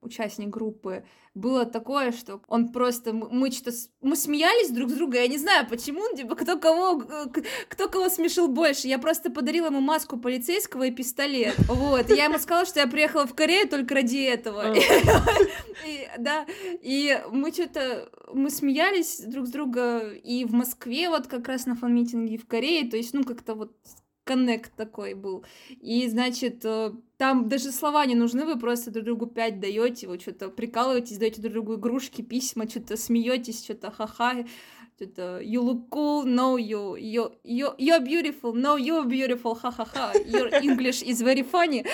участник группы, было такое, что он просто... Мы что-то... Мы смеялись друг с другом, я не знаю почему, типа, кто кого, кто кого смешил больше. Я просто подарила ему маску полицейского и пистолет, вот. И я ему сказала, что я приехала в Корею только ради этого. Да, и мы что-то... Мы смеялись друг с другом и в Москве, вот как раз на фан-митинге, и в Корее, то есть, ну, как-то вот коннект такой был. И, значит, там даже слова не нужны, вы просто друг другу пять даете, вы что-то прикалываетесь, даете друг другу игрушки, письма, что-то смеетесь, что-то ха-ха, что-то you look cool, no, you, you, you, you're beautiful, no, you're beautiful, ха-ха-ха, your English is very funny.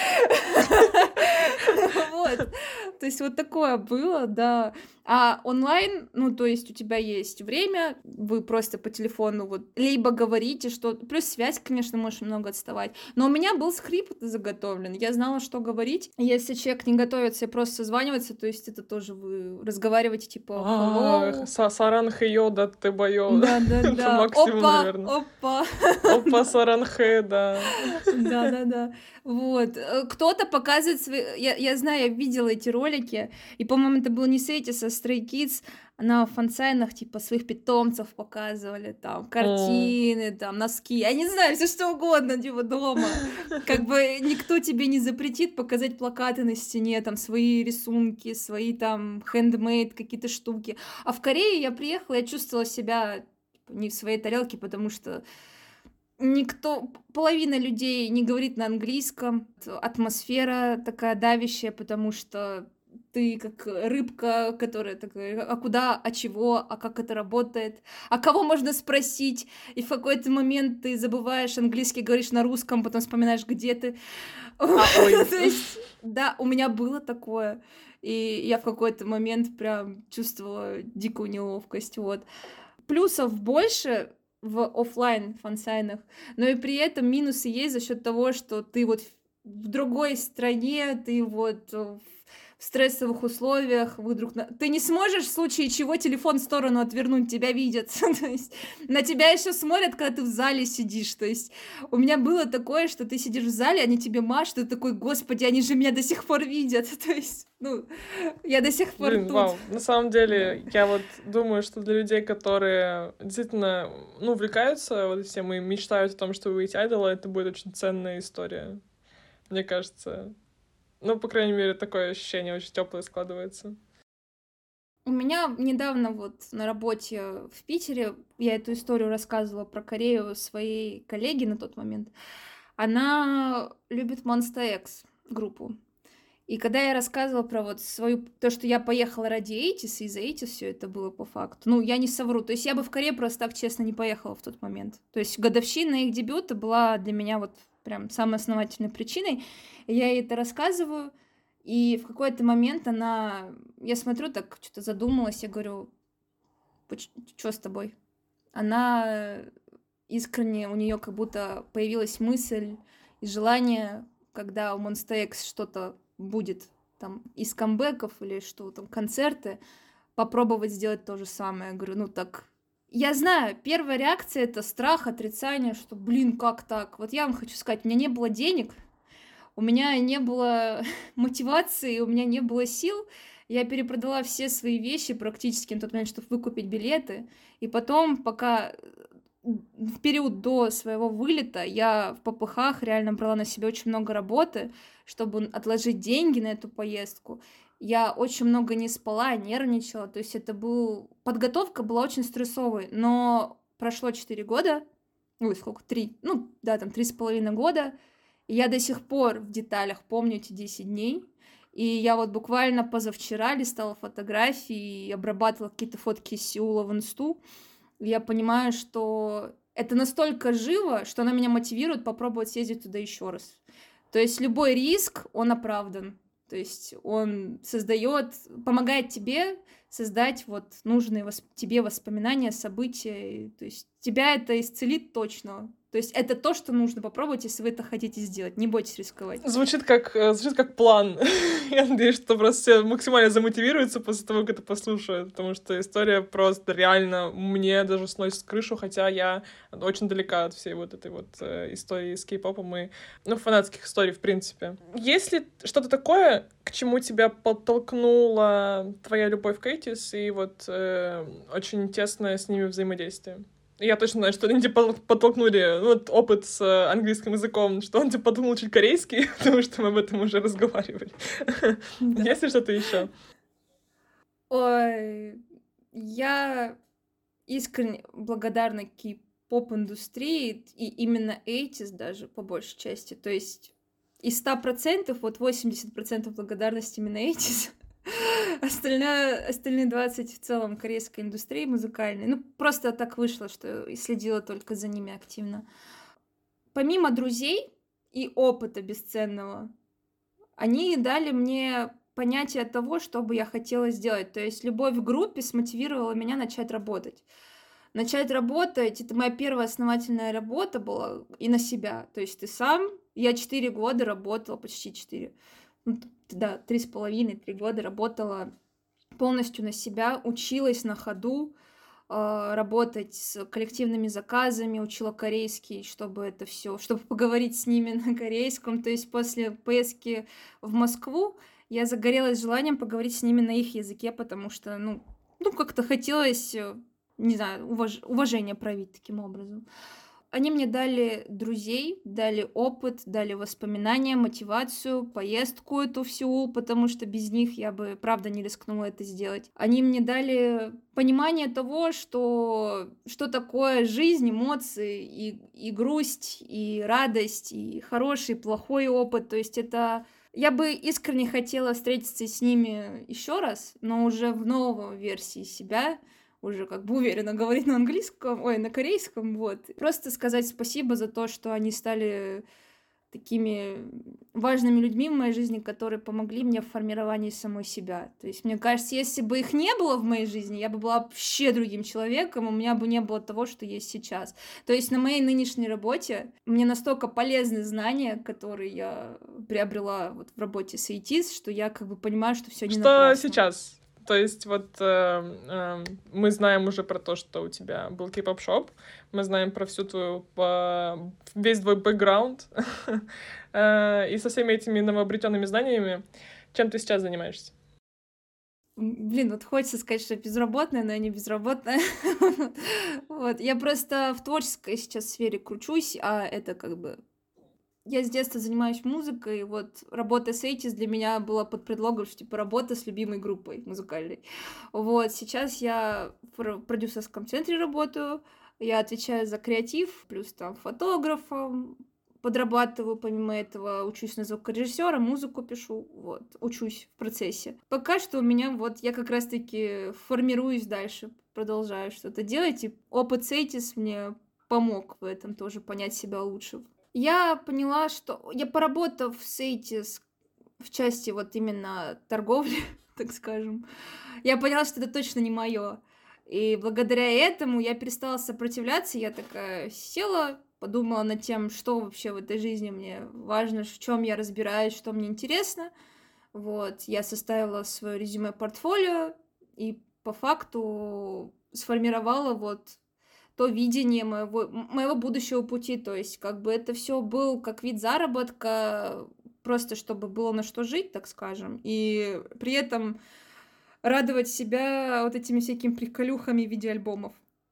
Вот. То есть вот такое было, да. А онлайн, ну, то есть у тебя есть время, вы просто по телефону вот либо говорите, что... Плюс связь, конечно, можешь много отставать. Но у меня был скрипт заготовлен, я знала, что говорить. Если человек не готовится и просто созванивается, то есть это тоже вы разговариваете, типа, hello. Саранхэ йода ты боё. Да-да-да. Максимум, Опа, наверное. опа. Опа, саранхэ, да. Да-да-да. Вот. Кто-то показывает свои... Я, я знаю, я видела эти ролики, и, по-моему, это было не Сейти, со Stray Kids, на фансайнах, типа, своих питомцев показывали, там, картины, там, носки, я не знаю, все что угодно, типа, дома. Как бы никто тебе не запретит показать плакаты на стене, там, свои рисунки, свои, там, handmade какие-то штуки. А в Корее я приехала, я чувствовала себя не в своей тарелке, потому что никто, половина людей не говорит на английском, атмосфера такая давящая, потому что ты как рыбка, которая такая, а куда, а чего, а как это работает, а кого можно спросить, и в какой-то момент ты забываешь английский, говоришь на русском, потом вспоминаешь, где ты. То есть, да, у меня было такое, и я в какой-то момент прям чувствовала дикую неловкость, вот. Плюсов больше в офлайн фансайнах, но и при этом минусы есть за счет того, что ты вот в другой стране, ты вот в стрессовых условиях, вы друг на... Ты не сможешь в случае чего телефон в сторону отвернуть, тебя видят. То есть на тебя еще смотрят, когда ты в зале сидишь. То есть у меня было такое, что ты сидишь в зале, они тебе машут, ты такой, господи, они же меня до сих пор видят. То есть, ну, я до сих пор Блин, тут. Вау. На самом деле, я вот думаю, что для людей, которые действительно, ну, увлекаются вот всем и мечтают о том, чтобы выйти айдола, это будет очень ценная история. Мне кажется... Ну, по крайней мере, такое ощущение очень теплое складывается. У меня недавно вот на работе в Питере, я эту историю рассказывала про Корею своей коллеге на тот момент, она любит Monsta X группу. И когда я рассказывала про вот свою... То, что я поехала ради Эйтис, и из-за Эйтис все это было по факту. Ну, я не совру. То есть я бы в Корею просто так честно не поехала в тот момент. То есть годовщина их дебюта была для меня вот прям самой основательной причиной. Я ей это рассказываю, и в какой-то момент она... Я смотрю, так что-то задумалась, я говорю, что с тобой? Она искренне, у нее как будто появилась мысль и желание, когда у Monsta X что-то будет там из камбэков или что там, концерты, попробовать сделать то же самое. Я говорю, ну так... Я знаю, первая реакция — это страх, отрицание, что, блин, как так? Вот я вам хочу сказать, у меня не было денег, у меня не было мотивации, у меня не было сил. Я перепродала все свои вещи практически на тот момент, чтобы выкупить билеты. И потом, пока в период до своего вылета, я в попыхах реально брала на себя очень много работы, чтобы отложить деньги на эту поездку. Я очень много не спала, нервничала. То есть это был... Подготовка была очень стрессовой. Но прошло четыре года. Ой, сколько? Три. Ну, да, там три с половиной года. И я до сих пор в деталях помню эти десять дней. И я вот буквально позавчера листала фотографии и обрабатывала какие-то фотки из Сеула в инсту. И я понимаю, что это настолько живо, что она меня мотивирует попробовать съездить туда еще раз. То есть любой риск, он оправдан. То есть он создает, помогает тебе создать вот нужные вос- тебе воспоминания, события. То есть тебя это исцелит точно. То есть это то, что нужно попробовать, если вы это хотите сделать. Не бойтесь рисковать. Звучит как, э, звучит как план. Я надеюсь, что просто все максимально замотивируются после того, как это послушают, потому что история просто реально мне даже сносит крышу, хотя я очень далека от всей вот этой вот э, истории с кей-попом и, ну, фанатских историй, в принципе. Есть ли что-то такое, к чему тебя подтолкнула твоя любовь к эйтис и вот э, очень тесное с ними взаимодействие? Я точно знаю, что они тебя подтолкнули, ну, вот опыт с э, английским языком, что он тебя подтолкнул учить корейский, потому что мы об этом уже разговаривали. Да. Есть ли что-то еще? Ой, я искренне благодарна кей-поп-индустрии, и именно эйтис даже, по большей части. То есть из ста процентов, вот восемьдесят процентов благодарности именно эйтис, остальное, остальные двадцать в целом корейской индустрии музыкальной. Ну, просто так вышло, что и следила только за ними активно. Помимо друзей и опыта бесценного, они дали мне понятие того, что бы я хотела сделать. То есть любовь к группе смотивировала меня начать работать. Начать работать, это моя первая основательная работа была и на себя. То есть ты сам, я четыре года работала, почти четыре, ну, т- да, три с половиной, три года работала полностью на себя, училась на ходу, а, работать с коллективными заказами, учила корейский, чтобы это все, чтобы поговорить с ними на корейском. То есть после поездки в Москву я загорелась желанием поговорить с ними на их языке, потому что, ну, ну как-то хотелось, э, не знаю, уваж- уважение проявить таким образом. Они мне дали друзей, дали опыт, дали воспоминания, мотивацию, поездку эту в Сеул, потому что без них я бы, правда, не рискнула это сделать. Они мне дали понимание того, что, что такое жизнь, эмоции, и, и грусть, и радость, и хороший, и плохой опыт. То есть это... Я бы искренне хотела встретиться с ними еще раз, но уже в новой версии себя, уже как бы уверенно говорить на английском, ой, на корейском, вот. Просто сказать спасибо за то, что они стали такими важными людьми в моей жизни, которые помогли мне в формировании самой себя. То есть, мне кажется, если бы их не было в моей жизни, я бы была вообще другим человеком, у меня бы не было того, что есть сейчас. То есть, на моей нынешней работе мне настолько полезны знания, которые я приобрела вот в работе с эйтис, что я как бы понимаю, что все не Что напрасно. сейчас? То есть вот э, э, мы знаем уже про то, что у тебя был кей-поп-шоп, мы знаем про всю твою, по- весь твой бэкграунд, Э, и со всеми этими новообретенными знаниями, чем ты сейчас занимаешься? М, Блин, вот хочется сказать, что я безработная, но я не безработная. Вот, я просто в творческой сейчас сфере кручусь, а это как бы... Я с детства занимаюсь музыкой, и вот работа с эйтис для меня была под предлогом, что типа работа с любимой группой музыкальной. Вот, сейчас я в про- продюсерском центре работаю, я отвечаю за креатив, плюс там фотографом, подрабатываю помимо этого, учусь на звукорежиссера, музыку пишу, вот, учусь в процессе. Пока что у меня вот, я как раз-таки формируюсь дальше, продолжаю что-то делать, и опыт с эйтис мне помог в этом тоже понять себя лучше. Я поняла, что я, поработав с эйтис в части вот именно торговли, так скажем, я поняла, что это точно не мое. И благодаря этому я перестала сопротивляться, я такая села, подумала над тем, что вообще в этой жизни мне важно, в чем я разбираюсь, что мне интересно. Вот, я составила свое резюме-портфолио и по факту сформировала вот то видение моего, м- моего будущего пути. То есть, как бы это все был как вид заработка, просто чтобы было на что жить, так скажем, и при этом радовать себя вот этими всякими приколюхами в виде альбомов.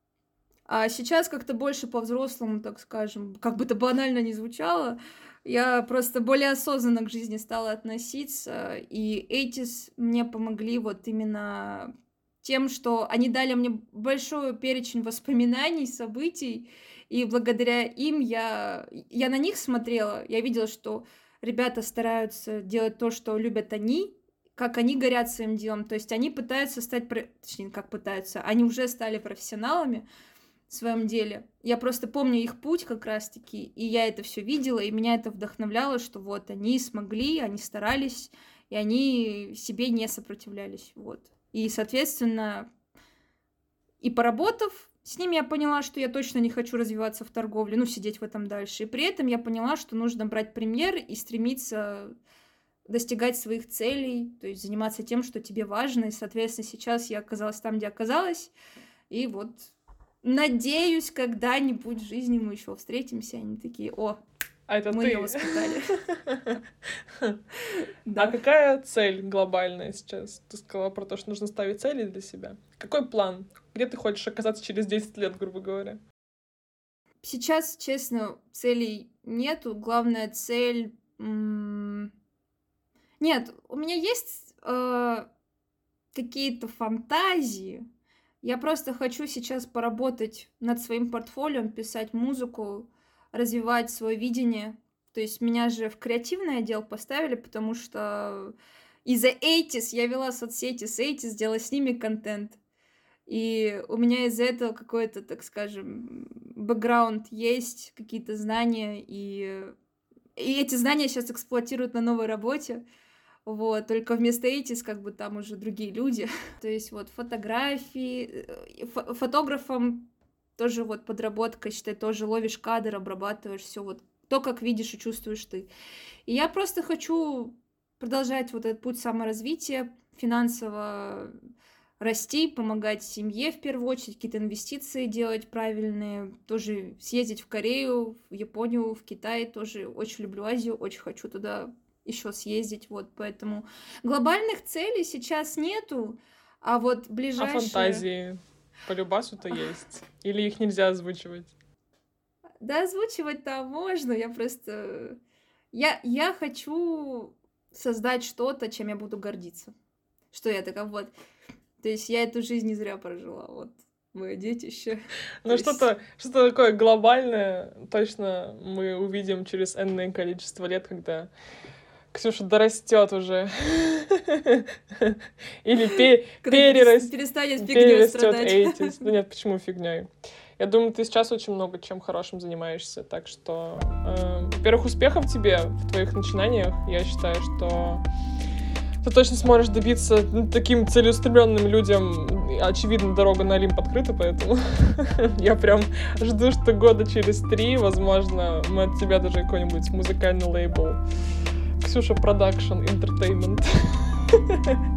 А сейчас как-то больше по-взрослому, так скажем, как бы это банально не звучало, я просто более осознанно к жизни стала относиться, и эйтис мне помогли вот именно тем, что они дали мне большой перечень воспоминаний, событий, и благодаря им я, я на них смотрела, я видела, что ребята стараются делать то, что любят они, как они горят своим делом, то есть они пытаются стать, про- точнее, как пытаются, они уже стали профессионалами, в своем деле. Я просто помню их путь как раз-таки, и я это все видела, и меня это вдохновляло, что вот они смогли, они старались, и они себе не сопротивлялись, вот. И, соответственно, и поработав с ними, я поняла, что я точно не хочу развиваться в торговле, ну, сидеть в этом дальше. И при этом я поняла, что нужно брать пример и стремиться достигать своих целей, то есть заниматься тем, что тебе важно. И, соответственно, сейчас я оказалась там, где оказалась. И вот надеюсь, когда-нибудь в жизни мы еще встретимся. Они такие: о, а это мы ты. ее воспитали. А какая цель глобальная сейчас? Ты сказала про то, что нужно ставить цели для себя. Какой план? Где ты хочешь оказаться через десять лет, грубо говоря? Сейчас, честно, целей нету. Главная цель... М- Нет, у меня есть э, какие-то фантазии. Я просто хочу сейчас поработать над своим портфолио, писать музыку, развивать свое видение. То есть меня же в креативный отдел поставили, потому что из-за эйтис я вела соцсети с эйтис, делала с ними контент. И у меня из-за этого какой-то, так скажем, бэкграунд есть, какие-то знания, и, и эти знания сейчас эксплуатируют на новой работе. Вот, только вместо эйтис как бы там уже другие люди. То есть вот фотографии, фо- фотографом тоже вот подработка, считай, тоже ловишь кадр, обрабатываешь все вот то, как видишь и чувствуешь ты. И я просто хочу продолжать вот этот путь саморазвития, финансово расти, помогать семье в первую очередь, какие-то инвестиции делать правильные, тоже съездить в Корею, в Японию, в Китай, тоже очень люблю Азию, очень хочу туда еще съездить, вот, поэтому глобальных целей сейчас нету, а вот ближайшие... А фантазии по любасу-то есть? Или их нельзя озвучивать? Да, озвучивать-то можно, я просто... Я, я хочу создать что-то, чем я буду гордиться. Что я такая, вот... То есть я эту жизнь не зря прожила, вот, мое детище. Ну, То что-то, есть... что-то такое глобальное точно мы увидим через энное количество лет, когда Ксюша дорастет уже. Или пе- перерастет. Перестанет фигнёй Перерастет страдать. эйтис. Ну нет, почему фигней? Я думаю, ты сейчас очень много чем хорошим занимаешься, так что, э, во-первых, успехов тебе в твоих начинаниях. Я считаю, что ты точно сможешь добиться, ну, таким целеустремленным людям. Очевидно, дорога на Олимп открыта, поэтому я прям жду, что года через три, возможно, мы от тебя даже какой-нибудь музыкальный лейбл Ксюша Продакшн Entertainment